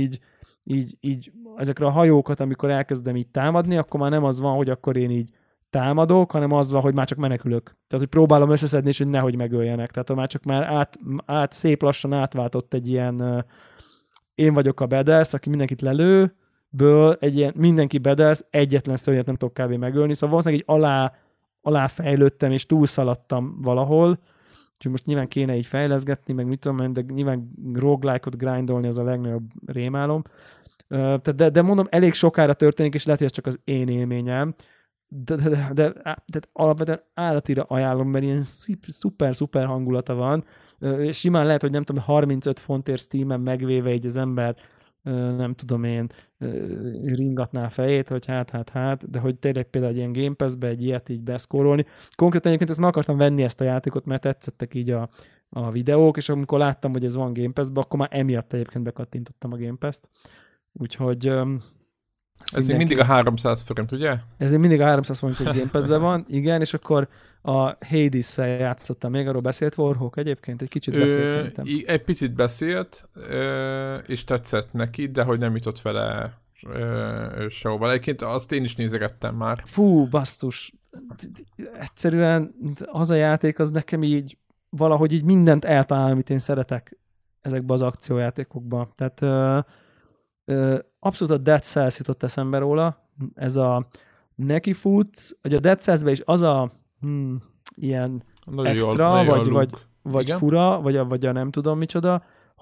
így ezekre a hajókat, amikor elkezdem így támadni, akkor már nem az van, hogy akkor én így támadok, hanem az van, hogy már csak menekülök. Tehát, hogy próbálom összeszedni, és hogy nehogy megöljenek. Tehát, már csak már szép lassan átváltott egy ilyen én vagyok a badass, aki mindenkit lelő, ből egy ilyen mindenki badass, egyetlen szörnyet nem tudok kb. Megölni, szóval valószínűleg így aláfejlődtem, és túlszaladtam valahol, úgyhogy most nyilván kéne így fejleszgetni, meg mit tudom, de nyilván roguelike-ot grindolni az a legnagyobb rémálom. De mondom, elég sokára történik, és lehet, hogy ez csak az én élményem, de alapvetően állatira ajánlom, mert ilyen szuper hangulata van. Simán lehet, hogy nem tudom, 35 fontért Steamen megvéve így az ember nem tudom én, ringatná a fejét, hogy hát, de hogy tényleg például egy ilyen Game Pass-be egy ilyet így beszkórolni. Konkrétan egyébként ezt meg akartam venni ezt a játékot, mert tetszettek így a videók, és amikor láttam, hogy ez van Game Pass-be, akkor már emiatt egyébként bekattintottam a Game Pass-t. Úgyhogy ez mindig a 300 forint, ugye? Ez mindig a 300 forint Game Pass-ben van, igen, és akkor a Hades-szel játszottam még, arról beszélt Warhawk egyébként? Egy kicsit beszélt szerintem. Egy picit beszélt, és tetszett neki, de hogy nem jutott vele sehova. Egyébként azt én is nézegettem már. Fú, basszus. Egyszerűen az a játék, az nekem így valahogy így mindent eltalál, amit én szeretek ezekbe az akciójátékokba. Tehát abszolút a Dead Cells jutott eszembe róla. Ez a nekifutsz, hogy a Dead Cells-ben is az a ilyen nagyon extra, vagy fura, vagy a nem tudom micsoda,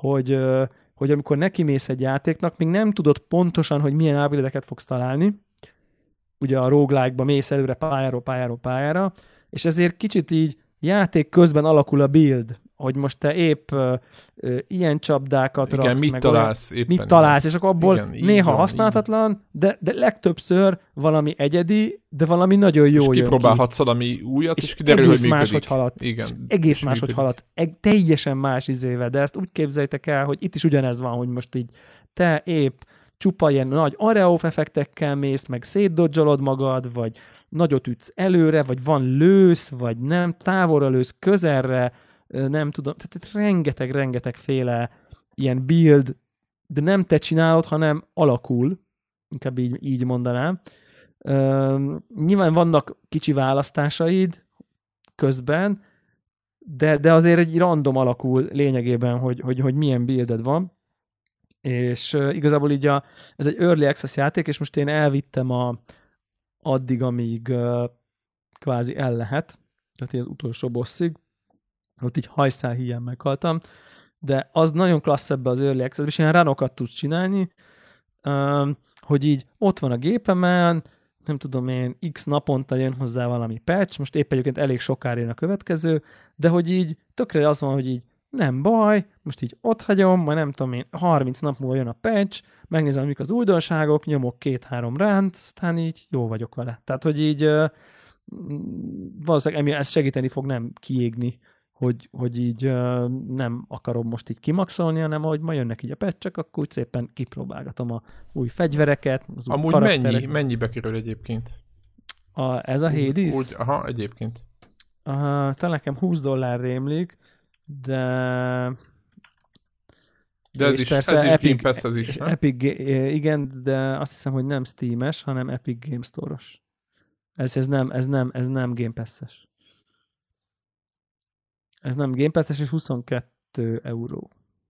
hogy amikor nekimész egy játéknak, még nem tudod pontosan, hogy milyen upgrade-eket fogsz találni. Ugye a roguelike-ba mész előre pályára, és ezért kicsit így játék közben alakul a build, hogy most te épp ilyen csapdákat igen, raksz, mit találsz, és akkor abból néha használhatatlan, de legtöbbször valami egyedi, de valami nagyon jó jön ki. Kipróbálhatsz valami újat, és kiderül, hogy működik. Egész máshogy haladsz. Teljesen más izével, de ezt úgy képzeljétek el, hogy itt is ugyanez van, hogy most így te épp csupa ilyen nagy areof effektekkel mész, meg szétdodzsolod magad, vagy nagyot ütsz előre, vagy van lősz, vagy nem, távolra lősz, közelre, nem tudom, tehát rengeteg féle ilyen build, de nem te csinálod, hanem alakul, inkább így mondanám. Nyilván vannak kicsi választásaid közben, de azért egy random alakul lényegében, hogy milyen builded van, és igazából így ez egy Early Access játék, és most én elvittem addig, amíg kvázi el lehet, tehát az utolsó bosszig, ott így hajszál híján meghaltam, de az nagyon klassz ebbe az Early Access, és ilyen runokat tudsz csinálni, hogy így ott van a gépemen, nem tudom én, x naponta jön hozzá valami patch, most épp egyébként elég sokára jön a következő, de hogy így tökre az van, hogy így nem baj, most így ott hagyom, majd nem tudom én, 30 nap múlva jön a patch, megnézem, mik az újdonságok, nyomok 2-3 ránt, aztán így jó vagyok vele. Tehát, hogy így valószínűleg ez segíteni fog nem kiégni, hogy így nem akarom most így kimaxolni, hanem ahogy ma jönnek így a patchek, akkor úgy szépen kipróbálgatom a új fegyvereket, az új amúgy karakterek. mennyibe kerül egyébként? Ez a Hades? Úgy, aha, egyébként. Talán nekem $20 rémlik, de ez is Game Pass, ez is, nem? Epic, igen, de azt hiszem, hogy nem Steam-es, hanem Epic Game Store-os. Ez nem Game Pass-es. Ez nem Game Pass-es, és 22 euró.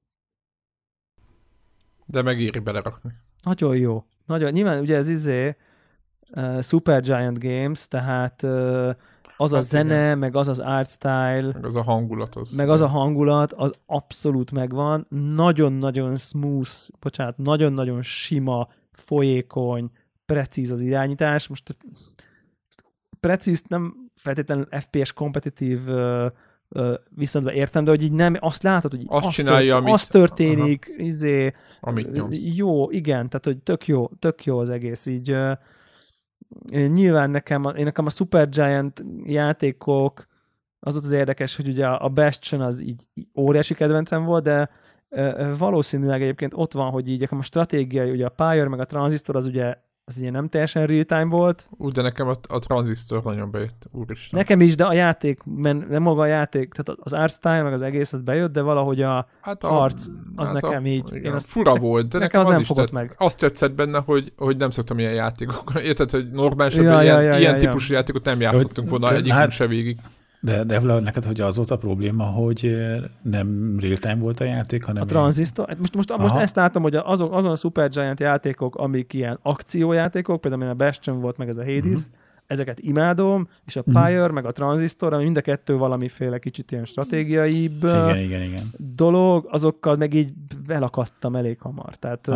De megéri belerakni. Nagyon jó. Nagyon, nyilván ugye ez Supergiant Games, tehát az a zene, igen. Meg az art style, meg az a hangulat. Az abszolút megvan. Nagyon-nagyon smooth, nagyon-nagyon sima, folyékony, precíz az irányítás. Most precíz nem feltétlenül FPS kompetitív viszont értem, de hogy így nem, azt látod, hogy azt csinálja, az történik, amit nyomsz. Jó, igen, tehát hogy tök jó az egész, így nyilván nekem a Supergiant játékok, az volt az érdekes, hogy ugye a Bastion az így óriási kedvencem volt, de valószínűleg egyébként ott van, hogy így a stratégiai, ugye a Pyre meg a Transistor az ugye nem teljesen real-time volt. De nekem a Transistor nagyon bejött, úristen. Nekem is, de a játék, nem maga a játék, tehát az art style, meg az egész, az bejött, de valahogy a harc, az nekem így... Igen, fura volt, de nekem az nem is fogott meg. Azt tetszett benne, hogy nem szoktam ilyen játékokon. Érted, hogy normálisan ilyen típusú játékot nem játszottunk volna egyikünk se végig. De Vlad, neked hogy az volt a probléma, hogy nem real-time volt a játék, hanem... A Transistor? Most ezt látom, hogy azon a Supergiant játékok, amik ilyen akciójátékok, például a Bastion volt, meg ez a Hades, ezeket imádom, és a Pyre, meg a Transistor, ami mind a kettő valamiféle kicsit ilyen stratégiaibb igen. dolog, azokkal meg így elakadtam elég hamar. Tehát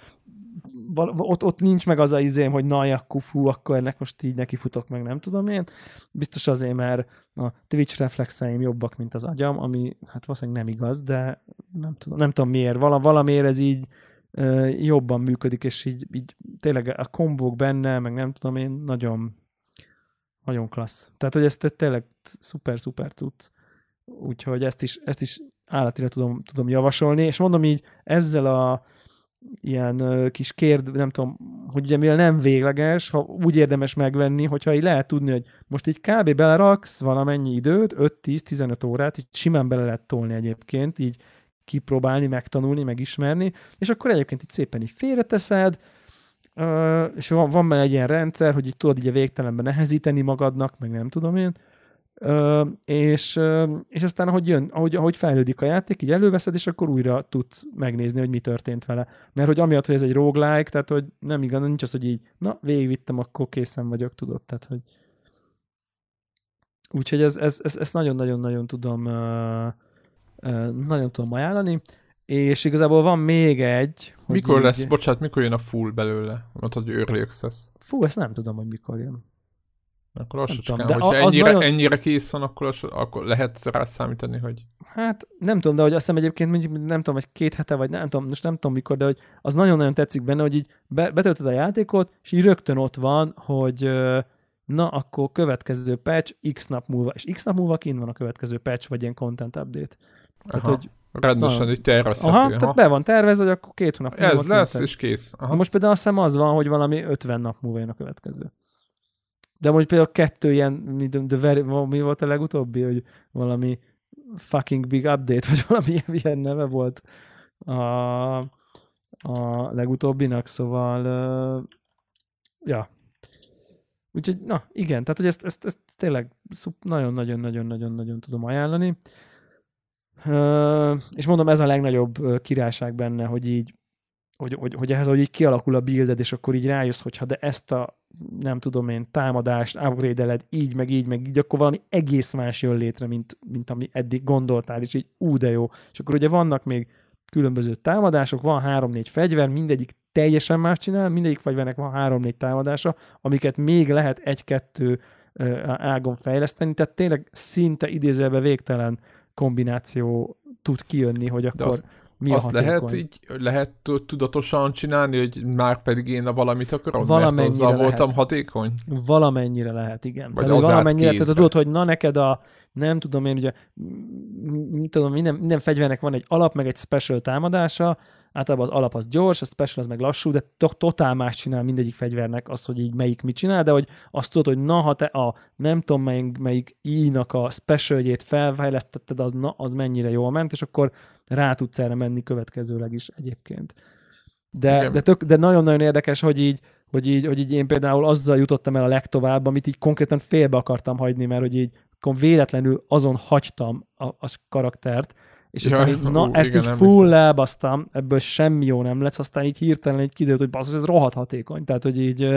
ott nincs meg az a izém, hogy na, akkor ennek most így nekifutok meg, nem tudom én. Biztos azért, mert a Twitch reflexeim jobbak, mint az agyam, ami hát valószínűleg nem igaz, de nem tudom miért. Valamiért ez így jobban működik, és így tényleg a kombók benne, meg nem tudom én, nagyon, nagyon klassz. Tehát, hogy ezt tényleg szuper cucc. Úgyhogy ezt is állatira tudom javasolni, és mondom így, ezzel a ilyen kis nem tudom, hogy ugye mivel nem végleges, ha úgy érdemes megvenni, hogyha így lehet tudni, hogy most így kb. Beleraksz valamennyi időt, 5-10-15 órát, így simán bele lehet tolni egyébként, így kipróbálni, megtanulni, megismerni, és akkor egyébként így szépen így félreteszed, és van benne egy ilyen rendszer, hogy így tudod így a végtelenben nehezíteni magadnak, meg nem tudom én, és aztán ahogy fejlődik a játék, így előveszed, és akkor újra tudsz megnézni, hogy mi történt vele. Mert hogy amiatt, hogy ez egy roguelike, tehát hogy nem igaz, nincs az, hogy így, na, végigvittem, akkor készen vagyok, tudod, tehát hogy úgyhogy ezt nagyon-nagyon-nagyon tudom ajánlani, és igazából van még egy, mikor lesz, bocsánat, mikor jön a full belőle? Mondtad, hogy early access. Fú, ezt nem tudom, hogy mikor jön. Akkor lassacskán, hogyha ennyire kész van, akkor lehet rá számítani, hogy... Hát nem tudom, de hogy azt hiszem egyébként nem tudom, vagy 2 hete, vagy nem tudom mikor, de hogy az nagyon-nagyon tetszik benne, hogy így betöltöd a játékot, és így rögtön ott van, hogy na, akkor következő patch x nap múlva, és x nap múlva kint van a következő patch, vagy ilyen content update. Tehát, hogy rendesen így tervezhető. Tehát be van tervezve, hogy akkor 2 hónap múlva. Ez lesz, és kész. Most például azt hiszem az van, hogy valami 50 nap múlva jön a következő. De most például 2 ilyen, mi volt a legutóbbi, hogy valami fucking big update, vagy valami ilyen neve volt a legutóbbinak, szóval ja. Úgyhogy, na, igen, tehát, hogy ezt tényleg nagyon-nagyon-nagyon-nagyon tudom ajánlani. És mondom, ez a legnagyobb királyság benne, hogy így hogy ehhez, hogy így kialakul a builded, és akkor így rájössz, hogyha de ezt a, nem tudom én, támadást upgrade-eled így, meg így, akkor valami egész más jön létre, mint ami eddig gondoltál, és így de jó. És akkor ugye vannak még különböző támadások, van 3-4 fegyver, mindegyik teljesen más csinál, mindegyik fegyvernek van 3-4 támadása, amiket még lehet 1-2 ágon fejleszteni, tehát tényleg szinte idézőjelben végtelen kombináció tud kijönni, hogy akkor mi azt a hatékony. lehet tudatosan csinálni, hogy már pedig én valamit akarom, mert azzal voltam hatékony? Valamennyire lehet, igen. Vagy az valamennyire, tehát tudod, hogy na neked nem tudom én, ugye minden fegyvernek van egy alap, meg egy special támadása, általában az alap az gyors, a special az meg lassú, de totál más csinál mindegyik fegyvernek az, hogy így melyik mit csinál, de hogy azt tudod, hogy na, ha te nem tudom melyik I-nak a specialjét felfejlesztetted, az mennyire jól ment, és akkor rá tudsz erre menni következőleg is egyébként. De nagyon-nagyon érdekes, hogy így én például azzal jutottam el a legtovább, amit így konkrétan félbe akartam hagyni, mert hogy így véletlenül azon hagytam a karaktert, és aztán így, ezt így full elbasztam, ebből semmi jó nem lesz, aztán így hirtelen így kiderült, hogy basszus, ez rohadt hatékony. Tehát, hogy így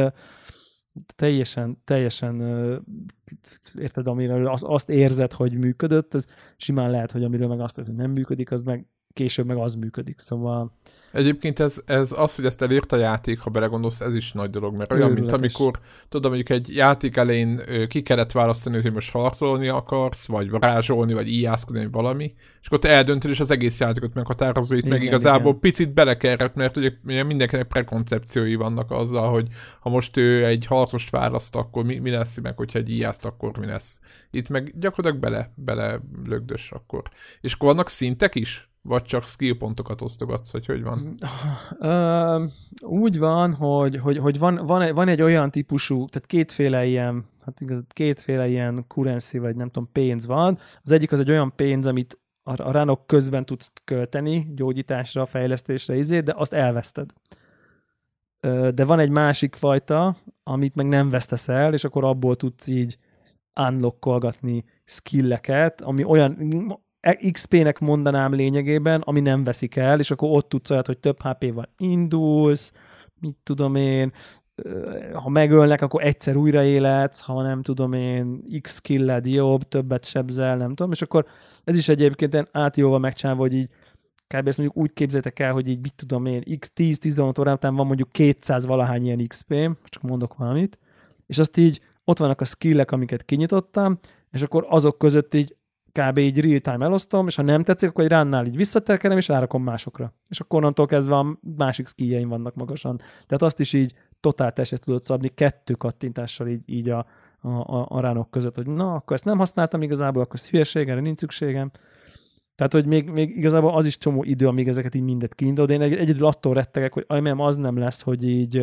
teljesen érted, amiről azt érzed, hogy működött, ez simán lehet, hogy amiről meg azt érzed, hogy nem működik, az meg később meg az működik, szóval... Egyébként ez az, hogy ezt elért a játék, ha belegondolsz, ez is nagy dolog, mert olyan, mint amikor, tudom, mondjuk egy játék elején ki kellett választani, hogy most harcolni akarsz, vagy varázsolni, vagy íjászkodni, vagy valami, és akkor te eldöntöd, és az egész játékot meghatározó, itt meg igazából picit belekerült, mert ugye mindenkinek prekoncepciói vannak azzal, hogy ha most ő egy harcost választ, akkor mi lesz, meg hogyha egy íjászt, akkor mi lesz. Itt meg gyakorlatilag bele lögdös akkor. És akkor vannak szintek is? Vagy csak skill pontokat osztogatsz, vagy hogy van? Úgy van, hogy van egy olyan típusú, tehát kétféle ilyen currency, vagy nem tudom, pénz van. Az egyik az egy olyan pénz, amit a ránok közben tudsz költeni, gyógyításra, fejlesztésre, de azt elveszted. De van egy másik fajta, amit meg nem vesztesz el, és akkor abból tudsz így unlockolgatni skilleket, ami olyan XP-nek mondanám lényegében, ami nem veszik el, és akkor ott tudsz olyat, hogy több HP-val indulsz, mit tudom én, ha megölnek, akkor egyszer újraéletsz, ha nem tudom én, X skilled jobb, többet sebzel, nem tudom, és akkor ez is egyébként átjóval megcsinálva, hogy így kb. Ezt mondjuk úgy képzeljétek el, hogy így mit tudom én, X 10-15 órán után van mondjuk 200 valahány ilyen XP, csak mondok valamit, és azt így ott vannak a skillek, amiket kinyitottam, és akkor azok között így kb. Így real-time elosztom, és ha nem tetszik, akkor egy runnál így visszatekerem, és rárakom másokra. És akkor onnantól kezdve a másik skilljeim vannak magasan. Tehát azt is így totál testet tudod szabni 2 kattintással így a ránok között, hogy na, akkor ezt nem használtam igazából, akkor ez hülyeség, erre nincs szükségem. Tehát, hogy még igazából az is csomó idő, amíg ezeket így mindet kiindul, de én egyedül attól rettegek, hogy az nem lesz, hogy így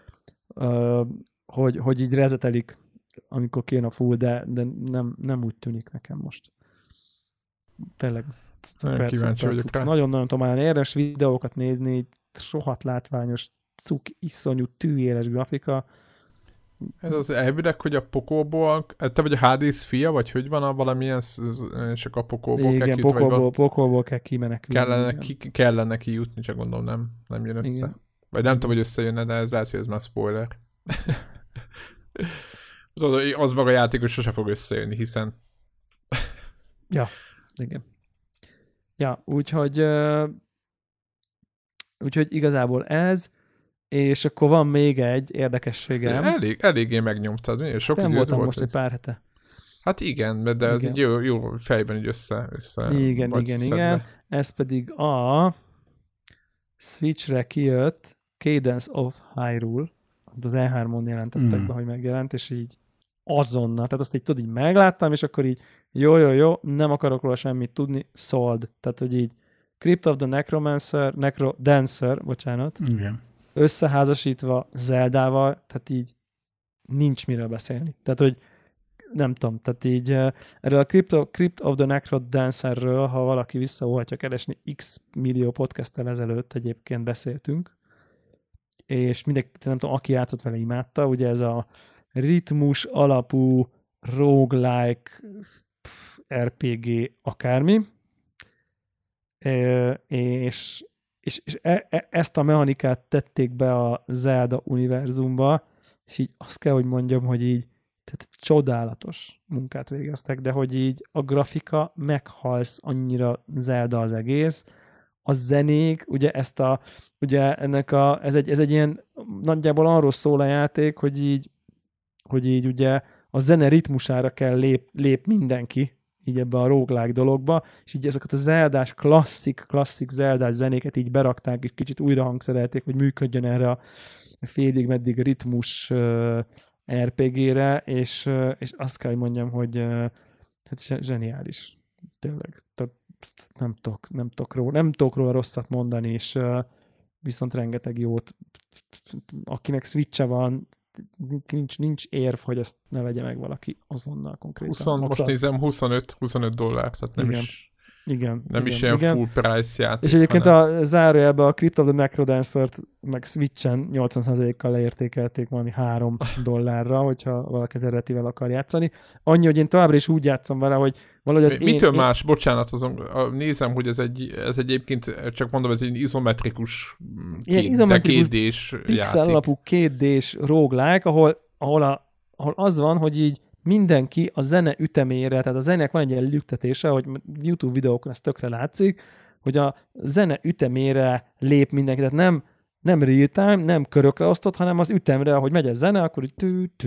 hogy így rezetelik, amikor kijön a full, de nem úgy tűnik nekem most. Tényleg. Nagyon kíváncsi vagyok rá. Nagyon-nagyon talán érdes videókat nézni, rohadt látványos, iszonyú, tűéles grafika. Ez az elvileg, hogy a Pokolból, te vagy a Hades fia, vagy hogy van valamilyen, és a Pokolból kell kijutni? Pokolból kell kimenekülni. Kellene kijutni, csak gondolom nem jön össze. Igen. Vagy nem tudom, hogy összejönne, de ez lehet, hogy ez már spoiler. Az maga a játékos sose fog összejönni, hiszen... Ja, igen. Ja, úgyhogy igazából ez, és akkor van még egy érdekességem. Eléggé megnyomtad. Sok nem voltam most egy pár hete. Hát igen, de ez egy jó fejben így össze Igen. Ez pedig a Switchre kijött Cadence of Hyrule, az E3-on jelentettek be, hogy megjelent, és így azonnal, tehát azt így tudod, így megláttam, és akkor így jó, nem akarok róla semmit tudni, sold. Tehát, hogy így Crypt of the Necrodancer, igen. Összeházasítva Zeldával, tehát így nincs miről beszélni. Tehát, hogy nem tudom, tehát így erről a Crypt of the Necrodancerről, ha valaki visszaolhatja keresni, x millió podcasttel ezelőtt egyébként beszéltünk, és mindenki, nem tudom, aki játszott vele, imádta, ugye ez a ritmus alapú roguelike RPG akármi, és ezt a mechanikát tették be a Zelda univerzumba, és így azt kell, hogy mondjam, hogy így tehát csodálatos munkát végeztek, de hogy így a grafika, meghalsz, annyira Zelda az egész, a zenék, ugye ez egy ilyen, nagyjából arról szól a játék, hogy így ugye a zene ritmusára kell lép mindenki, így ebbe a roguelike dologba, és így ezeket a zeldás, klasszik zeldás zenéket így berakták, és kicsit újra hangszerelték, hogy működjön erre a félig meddig ritmus RPG-re, és azt kell, hogy mondjam, hogy hát zseniális. Tényleg. Tehát nem tudok róla rosszat mondani, és viszont rengeteg jót. Akinek Switch-e van, nincs érv, hogy ezt ne vegye meg valaki azonnal konkrétan. Most nézem, $25, tehát nem is ilyen full price játék. És egyébként a zárójelben a Crypt of the Necrodancer-t meg Switchen 80%-kal leértékelték valami $3, hogyha valaki az eredetivel akar játszani. Annyi, hogy én továbbra is úgy játszom vele, hogy valahogy az Mitől más? Bocsánat, nézem, hogy ez egyébként, csak mondom, ez egy izometrikus 2D-s pixel alapú 2D-s roguelike, ahol az van, hogy így mindenki a zene ütemére, tehát a zenének van egy ilyen lüktetése, hogy YouTube videókon ez tökre látszik, hogy a zene ütemére lép mindenki, tehát nem real time, nem körökre osztott, hanem az ütemre, ahogy megy a zene, akkor így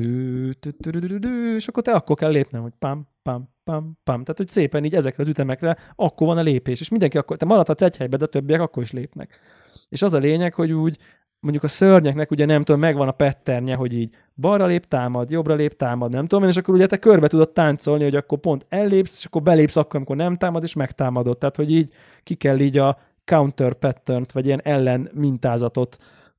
és akkor te akkor kell lépnem, hogy pam, pam, pam, pam. Tehát, hogy szépen így ezekre az ütemekre akkor van a lépés, és mindenki akkor, te maradhatsz egy helyben, de a többiek akkor is lépnek. És az a lényeg, hogy úgy mondjuk a szörnyeknek ugye nem tudom, megvan a patternje, hogy így balra lép, támad, jobbra lép, támad, nem tudom, és akkor ugye te körbe tudod táncolni, hogy akkor pont ellépsz, és akkor belépsz akkor, amikor nem támad, és megtámadod. Tehát, hogy így ki kell így a counter pattern-t, vagy ilyen ellen mintázatot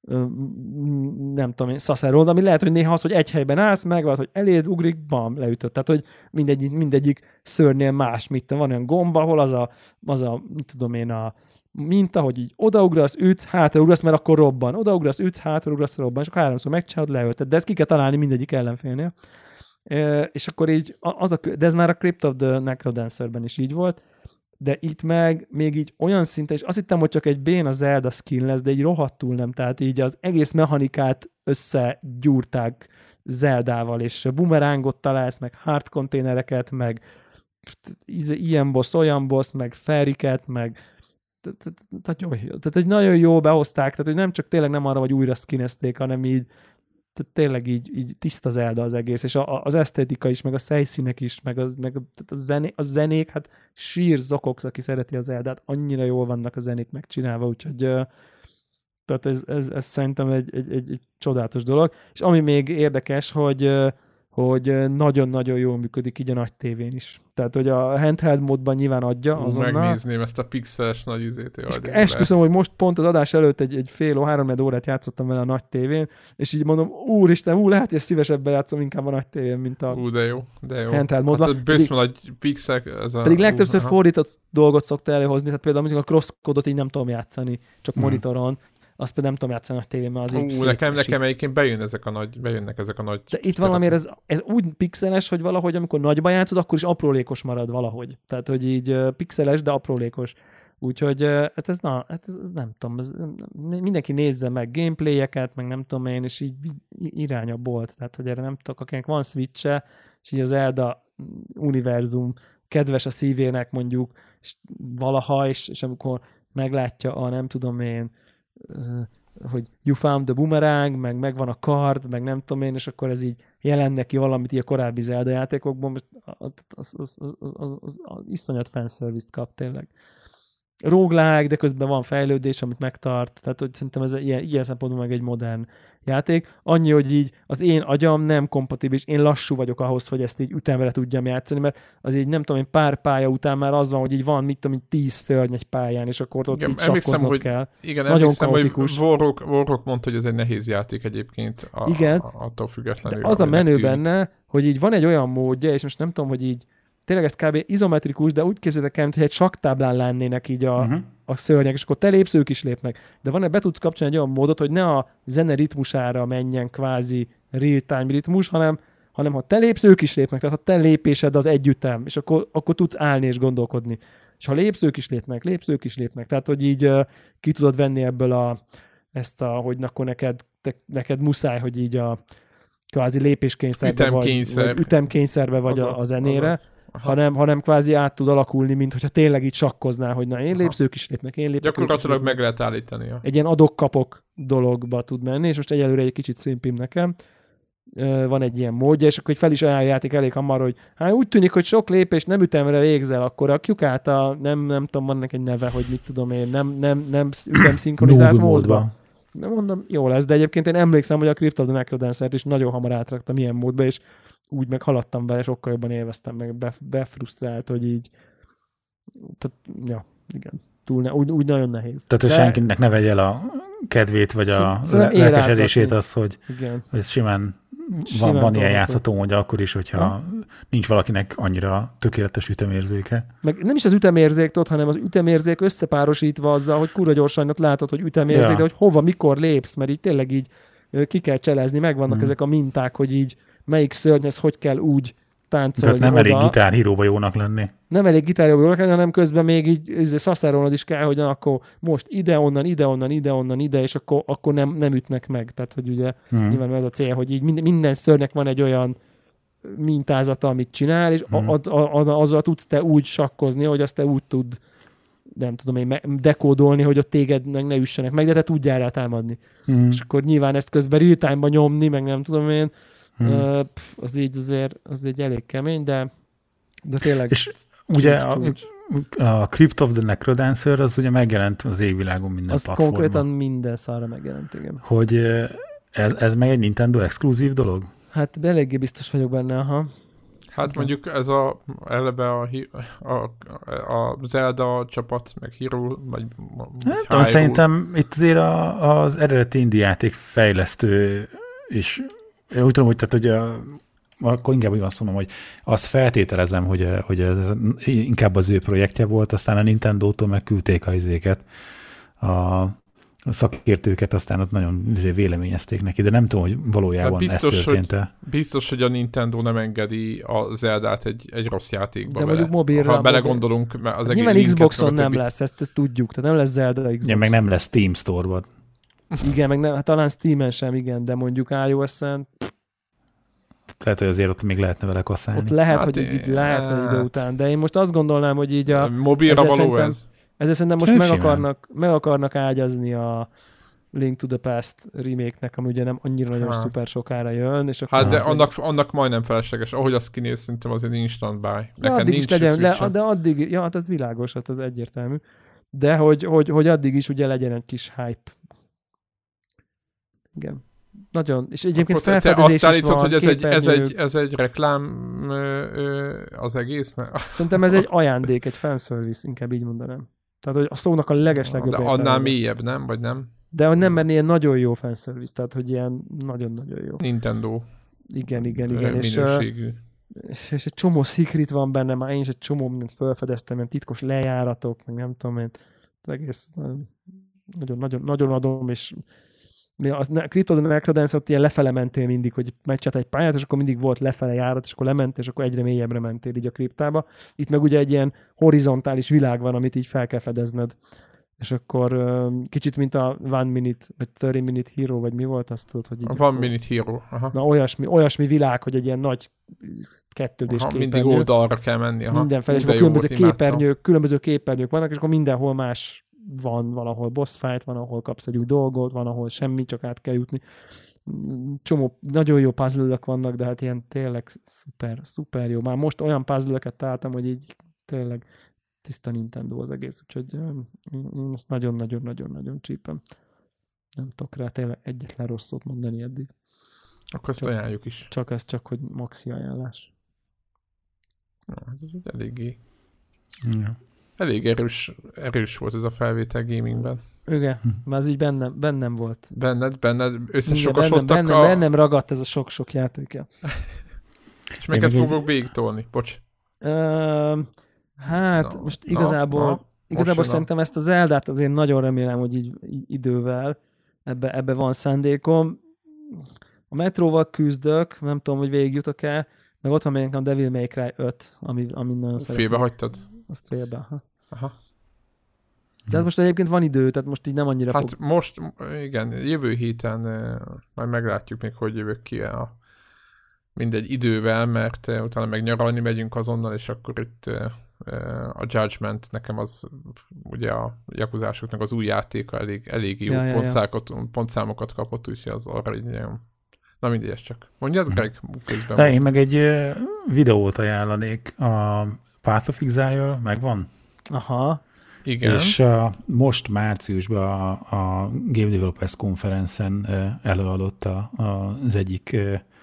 nem tudom én, szaszerolni, ami lehet, hogy néha az, hogy egy helyben állsz, megvan, hogy eléd, ugrik, bam, leütött. Tehát, hogy mindegyik szörnynél más, van olyan gomba, ahol az a mit tudom én, a minta, hogy így odaugrasz, ütsz, hátraugrasz, mert akkor robban. Odaugrasz, ütsz, hátraugrasz, robban, és akkor 3-szor megcsinálod, leölted. De ezt ki kell találni mindegyik ellenfélnél. És akkor így, de ez már a Crypt of the Necrodancer-ben is így volt, de itt még így olyan szinten, és azt hittem, hogy csak egy béna Zelda skin lesz, de így rohadtul nem, tehát így az egész mechanikát összegyúrták Zeldával, és bumerángot találsz, meg hard konténereket, meg ilyen boss, olyan boss, meg feriket, meg tehát egy nagyon jó behozták, tehát hogy nem csak tényleg nem arra, hogy újra skinezték, hanem így tehát tényleg így tiszta Zelda az egész, és az esztétika is, meg a helyszínek is, meg a zenék, hát sír zokogsz, aki szereti a Zeldát, annyira jól vannak a zenék megcsinálva, úgyhogy tehát ez szerintem egy csodálatos dolog. És ami még érdekes, hogy nagyon-nagyon jól működik így a nagy tévén is. Tehát, hogy a handheld módban nyilván adja azonnal. Megnézném ezt a pixeles nagy izét. Esküszöm, hogy most pont az adás előtt egy fél 3 órát játszottam vele a nagy tévén, és így mondom, úristen, lehet, hogy szívesebben játszom inkább a nagy tévén, mint a de jó. handheld módban. Hát bőszme nagy pixel, ez a... Pedig legtöbbször fordított dolgot szokta előhozni, tehát például mondjuk a cross-codot így nem tudom játszani, csak monitoron. Azt például nem tudom játszani a tévén, mert az így nekem egyébként bejönnek ezek a nagy... De itt valamiért ez úgy pixeles, hogy valahogy amikor nagyban játszod, akkor is aprólékos marad valahogy. Tehát, hogy így pixeles, de aprólékos. Úgyhogy hát ez nem tudom, mindenki nézze meg gameplayeket, meg nem tudom én, és így irány a bolt. Tehát, hogy erre nem tudok, akinek van Switch-e, és így az Zelda univerzum kedves a szívének mondjuk, és valaha, és amikor meglátja a nem tudom én, hogy you found the boomerang, meg megvan a kard, meg nem tudom én, és akkor ez így jelent neki valamit így a korábbi Zelda játékokban, most az iszonyat fanservice-t kap tényleg. Roguelike, de közben van fejlődés, amit megtart, tehát hogy szerintem ez ilyen szempontból meg egy modern játék. Annyi, hogy így az én agyam nem kompatibilis, én lassú vagyok ahhoz, hogy ezt így ütemre tudjam játszani, mert az így nem tudom, én pár pálya után már az van, hogy így van, mit tudom, 10 szörny egy pályán, és akkor ott így sakkoznod kell. Igen, nagyon kaotikus. Warrock mondta, hogy ez egy nehéz játék egyébként. Attól függetlenül. De az a menő benne, hogy így van egy olyan módja, és most nem tudom, hogy így tényleg ez kb. Izometrikus, de úgy képzeljétek el, hogy egy saktáblán lennének így a szörnyek, és akkor te lépsz, ők is lépnek. De be tudsz kapcsolni egy olyan módot, hogy ne a zene ritmusára menjen kvázi real-time ritmus, hanem ha te lépsz, ők is lépnek. Tehát ha te lépésed az egy ütem, és akkor tudsz állni és gondolkodni. És ha lépsz, ők is lépnek. Tehát, hogy így ki tudod venni ebből hogy akkor neked muszáj, hogy így a kvázi lépéskényszerbe ütemkényszerbe vagy a zenére. hanem kvázi át tud alakulni, mint hogyha tényleg így sakkoznál, hogy na én lépsz, ők is lépnek, én lépek. Gyakorlatilag meg lehet állítani. Ja. Egy ilyen adok-kapok dologba tud menni, és most egyelőre egy kicsit szimpim nekem. Van egy ilyen módja, és akkor hogy fel is ajánljáték elég hamar, hogy hát úgy tűnik, hogy sok lépés nem ütemre végzel, akkor rakjuk át nem tudom, van neki egy neve, hogy mit tudom én, nem ütem szinkronizált módba. Nem mondom, jó lesz, de egyébként én emlékszem, hogy a Crypt of the Necrodancer-t is nagyon hamar átraktam ilyen módba, és úgy meg haladtam vele, sokkal jobban élveztem, meg befrusztrált, hogy így tehát, ja, igen. Úgy nagyon nehéz. Tehát, hogy senkinek ne vegye el a kedvét, vagy a lelkesedését azt, hogy simán van ilyen játszható módja akkor is, hogyha nincs valakinek annyira tökéletes ütemérzéke. Meg nem is az ütemérzék hanem az ütemérzék összepárosítva azzal, hogy kurva gyorsan látod, hogy ütemérzék, de hogy hova, mikor lépsz, mert így tényleg így ki kell cselezni, megvannak ezek a minták, hogy így melyik szörnyhez hogy kell úgy táncolni. Tehát nem elég gitárhíróba jónak lenni. Nem elég gitárhíróba jónak lenni, hanem közben még így szaszárolnod is kell, hogy akkor most ide, és akkor nem ütnek meg. Tehát, hogy ugye nyilván ez a cél, hogy így minden szörnynek van egy olyan mintázata, amit csinál, és azzal tudsz te úgy sakkozni, hogy azt te úgy tud, nem tudom én, dekódolni, hogy ott téged ne üssenek meg, de te tudjál rá támadni. És akkor nyilván ezt közben real-time-ban nyomni, meg nem tudom én, az így azért az egy elég kemény, de tényleg... És ugye a Crypt of the Necrodancer az ugye megjelent az égvilágon minden platformon. Az konkrétan minden szarra megjelent, igen. Hogy ez meg egy Nintendo exkluzív dolog? Hát eléggé biztos vagyok benne, aha. Hát mondjuk ez eleve a Zelda csapat, meg Hero, vagy tudom, szerintem itt azért az eredeti indie játék fejlesztő is, én úgy tudom, hogy, tehát, hogy akkor inkább úgy azt mondom, hogy azt feltételezem, hogy ez inkább az ő projektje volt, aztán a Nintendo-tól megküldték a izéket, a szakértőket, aztán ott nagyon véleményezték neki, de nem tudom, hogy valójában biztos, ez történt-e. Biztos, hogy a Nintendo nem engedi a Zeldát egy rossz játékba de mondjuk mobilra. Ha belegondolunk, mert az egész nyilván Xboxon nem lesz, ezt tudjuk, tehát nem lesz Zelda Xbox. Ja, meg nem lesz Steam Store-ban. Igen, meg nem, hát talán Steam-en sem, igen, de mondjuk iOS-en... Tehát, hogy azért ott még lehetne vele kasszálni. Ott lehet, hát hogy idő után, de én most azt gondolnám, hogy így a... Mobilra való ez? Ezzel szerintem most meg akarnak ágyazni a Link to the Past remake-nek, ami ugye nem annyira nagyon szuper sokára jön. És akkor de annak majdnem felesleges. Ahogy az kinéz, szerintem azért instant buy. Nekem nincs legyen, de addig, ja, hát ez világos, hát ez egyértelmű. De hogy addig is ugye legyen egy kis hype. Igen. Nagyon. És egyébként felfedezés te azt állítod, hogy ez egy reklám az egész? Szerintem ez egy ajándék, egy fanservice, inkább így mondanám. Tehát, hogy a szónak a legeslegjobb de annál mélyebb, nem? Vagy nem? De nem, mert ilyen nagyon jó fanservice, tehát, hogy ilyen nagyon-nagyon jó. Nintendo. Igen. És egy csomó secret van benne, már én is egy csomó mindent felfedeztem, ilyen titkos lejáratok, meg nem tudom én. Az egész nagyon adom, és a Crypt of the Necrodancer ott ilyen lefele mentél mindig, hogy megcsináltál egy pályát, és akkor mindig volt lefele járat, és akkor lementél, és akkor egyre mélyebbre mentél így a kriptába. Itt meg ugye egy ilyen horizontális világ van, amit így fel kell fedezned. És akkor kicsit, mint a One Minute, vagy 30 Minute Hero, vagy mi volt, azt tudod, hogy így... A One Minute Hero, aha. Na olyasmi világ, hogy egy ilyen nagy kettődés képernyő. Mindig oldalra kell menni, aha. Mindenfele, és különböző képernyők vannak, és akkor mindenhol más van, valahol boss fight, van, ahol kapsz egy új dolgot, van, ahol semmi, csak át kell jutni. Csomó, nagyon jó puzzle-ök vannak, de hát ilyen tényleg szuper jó. Már most olyan puzzle-öket találtam, hogy így tényleg tiszta Nintendo az egész, úgyhogy én ezt nagyon-nagyon-nagyon csípem. Nem tudok rá tényleg egyetlen rossz szót mondani eddig. Akkor ezt ajánljuk is. Csak hogy maxi ajánlás. Ez egy eléggé... Ja. Elég erős volt ez a felvétel gamingben. Igen, már az így bennem volt. Benned összesokasodtak bennem ragadt ez a sok-sok játékja. És melyeket fogok végigtolni? Bocs. Most igazából szerintem ezt a Zeldát azért nagyon remélem, hogy így idővel ebbe van szándékom. A Metróval küzdök, nem tudom, hogy végigjutok-e, meg ott van még a Devil May Cry 5, ami nagyon szeretem. Félbe hagytad? Azt félbe, aha. De most egyébként van idő, tehát most így nem annyira hát most, igen, jövő héten majd meglátjuk még, hogy jövök ki mindegy idővel, mert utána meg nyaralni megyünk azonnal, és akkor itt a Judgment nekem az ugye a Yakuzásoknak az új játéka elég jó pontszámokat kapott, úgyhogy az arra így nagyon... Na mindegy, ez csak. Mondjad, Greg? De én meg egy videót ajánlanék. A Path of Exile megvan? Aha. Igen. És most márciusban a Game Developers Conference-en előadott az egyik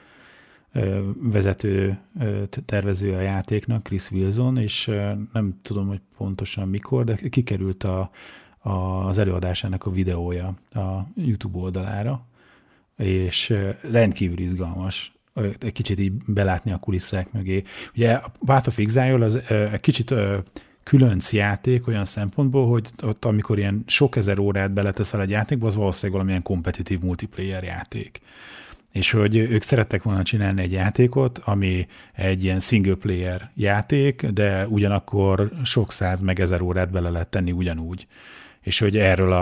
vezető tervezője a játéknak, Chris Wilson, és nem tudom, hogy pontosan mikor, de kikerült az előadásának a videója a YouTube oldalára, és rendkívül izgalmas egy kicsit így belátni a kulisszák mögé. Ugye a Path of Exile az egy kicsit különc játék olyan szempontból, hogy ott, amikor ilyen sok ezer órát beleteszel egy játékba, az valószínűleg valamilyen kompetitív multiplayer játék. És hogy ők szerettek volna csinálni egy játékot, ami egy ilyen single player játék, de ugyanakkor sok száz meg ezer órát bele lehet tenni ugyanúgy. És hogy erről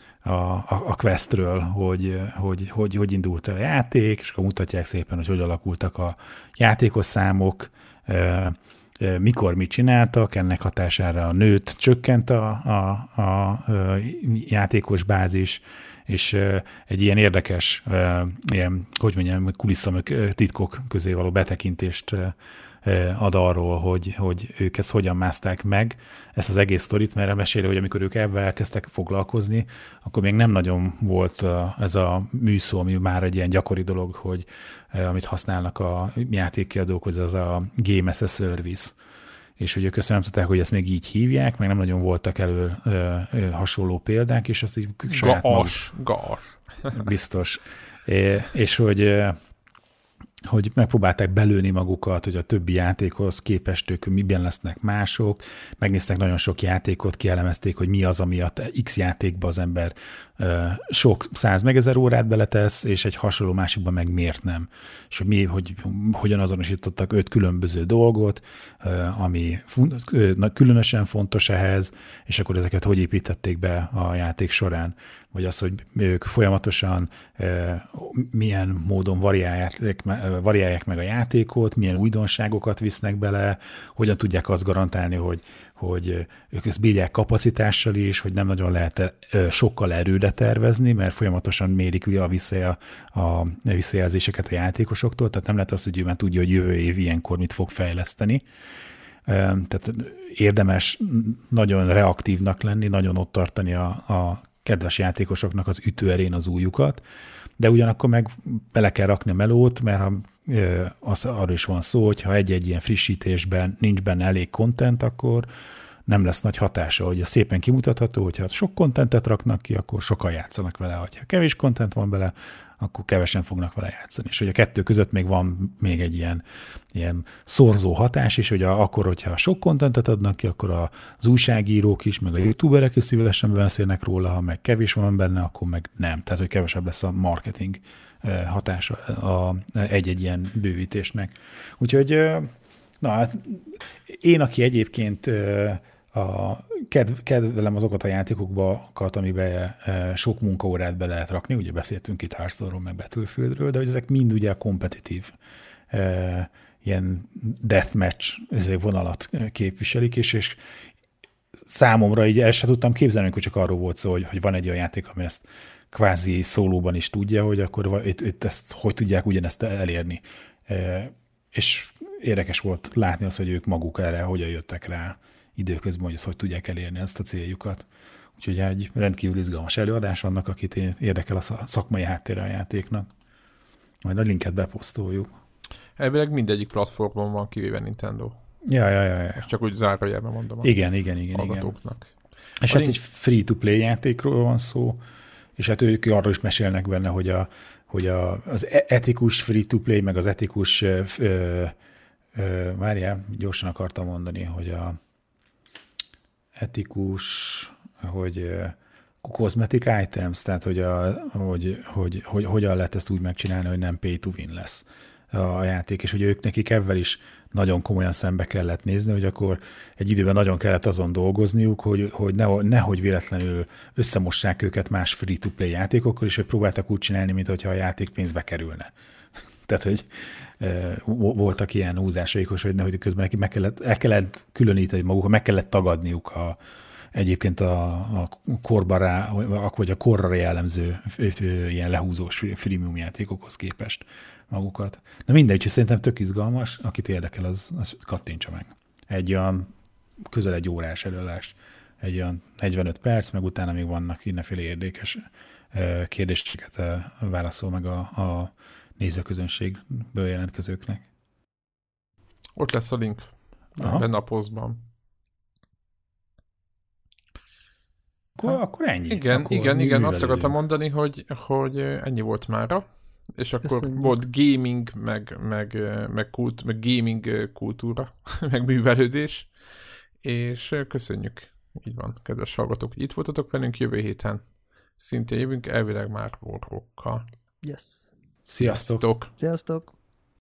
a questről, hogy indult el a játék, és akkor mutatják szépen, hogy alakultak a játékos számok, mikor mit csináltak, ennek hatására nőtt, csökkent a játékos bázis, és egy ilyen érdekes, ilyen, hogy mondjam, kulisszatitkok közé való betekintést ad arról, hogy ők ezt hogyan mászták meg, ezt az egész sztorit, mert meséli, hogy amikor ők elkezdtek foglalkozni, akkor még nem nagyon volt ez a műszó, ami már egy ilyen gyakori dolog, hogy amit használnak a játékkiadók, hogy az a Game as a Service. És hogy ők ezt nem tudták, hogy ezt még így hívják, meg nem nagyon voltak elő hasonló példák, és azt így saját Gas. Biztos. És hogy megpróbálták belőni magukat, hogy a többi játékhoz képest ők miben lesznek mások, megnéztek nagyon sok játékot, kielemezték, hogy mi az, ami a X játékba az ember sok 100 meg 1000 órát beletesz, és egy hasonló másikban meg miért nem. És hogy hogyan azonosítottak 5 különböző dolgot, ami különösen fontos ehhez, és akkor ezeket hogy építették be a játék során. Vagy az, hogy ők folyamatosan milyen módon variálják meg a játékot, milyen újdonságokat visznek bele, hogyan tudják azt garantálni, hogy ők ezt bírják kapacitással is, hogy nem nagyon lehet sokkal erőre tervezni, mert folyamatosan mérik ugye a visszajelzéseket a játékosoktól, tehát nem lehet az, hogy ő már tudja, hogy jövő év ilyenkor mit fog fejleszteni. Tehát érdemes nagyon reaktívnak lenni, nagyon ott tartani a kedves játékosoknak az ütőerén az ujjukat, de ugyanakkor meg bele kell rakni a melót, mert arról is van szó, hogy ha egy-egy ilyen frissítésben nincs benne elég content, akkor nem lesz nagy hatása, hogy ez szépen kimutatható, hogyha sok contentet raknak ki, akkor sokan játszanak vele, ha kevés content van bele, akkor kevesen fognak vele játszani. És hogy a kettő között még van még egy ilyen szorzó hatás is, hogy akkor, hogyha sok contentet adnak ki, akkor az újságírók is, meg a youtuberek is szívesen beszélnek róla, ha meg kevés van benne, akkor meg nem. Tehát, hogy kevesebb lesz a marketing hatása egy-egy ilyen bővítésnek. Úgyhogy én, aki egyébként kedvelem azokat a játékokat, amiben sok munkaórát be lehet rakni, ugye beszéltünk itt Hearthstone-ról, meg Battlefieldről, de hogy ezek mind ugye a kompetitív ilyen deathmatch vonalat képviselik, és számomra így el sem tudtam képzelni, hogy csak arról volt szó, hogy van egy olyan játék, ami ezt kvázi szólóban is tudja, hogy akkor itt ezt hogy tudják ugyanezt elérni. És érdekes volt látni azt, hogy ők maguk erre hogyan jöttek rá időközben, hogy ezt hogy tudják elérni ezt a céljukat. Úgyhogy egy rendkívül izgalmas előadás annak, akit érdekel a szakmai háttérre a játéknak. Majd a linket beposztoljuk. Elvileg mindegyik platformon van, kivéve Nintendo. Ja. Csak úgy zárójelben mondom. Igen. És hát egy free-to-play játékról van szó, és hát ők arról is mesélnek benne, hogy az etikus free-to-play, meg az etikus várjál, gyorsan akartam mondani, hogy a etikus, hogy cosmetic items, tehát hogy hogyan lehet ezt úgy megcsinálni, hogy nem pay to win lesz a játék, és hogy ők nekik ebben is nagyon komolyan szembe kellett nézni, hogy akkor egy időben nagyon kellett azon dolgozniuk, hogy nehogy véletlenül összemossák őket más free-to-play játékokkal, és hogy próbáltak úgy csinálni, mintha a játék pénzbe kerülne. Tehát, hogy voltak ilyen húzásaik, hogy közben neki el kellett különíteni magukat, meg kellett tagadniuk egyébként a korba vagy a korra jellemző ilyen lehúzós freemium játékokhoz képest magukat. Na mindegy, hogy szerintem tök izgalmas, akit érdekel, az kattintsa meg. Egy olyan közel egy órás előadás, egy olyan 45 perc, meg utána még vannak mindenféle érdekes kérdéseket válaszol meg a nézőközönségből jelentkezőknek. Ott lesz a link benne a posztban. Akkor ennyi. Igen, azt akartam mondani, hogy ennyi volt mára, és akkor köszönjük. Volt gaming, meg gaming kultúra, meg művelődés, és köszönjük. Így van, kedves hallgatók, hogy itt voltatok velünk, jövő héten szintén jövünk, elvileg már Warhawkkal. Yes. Sziasztok! Sziasztok!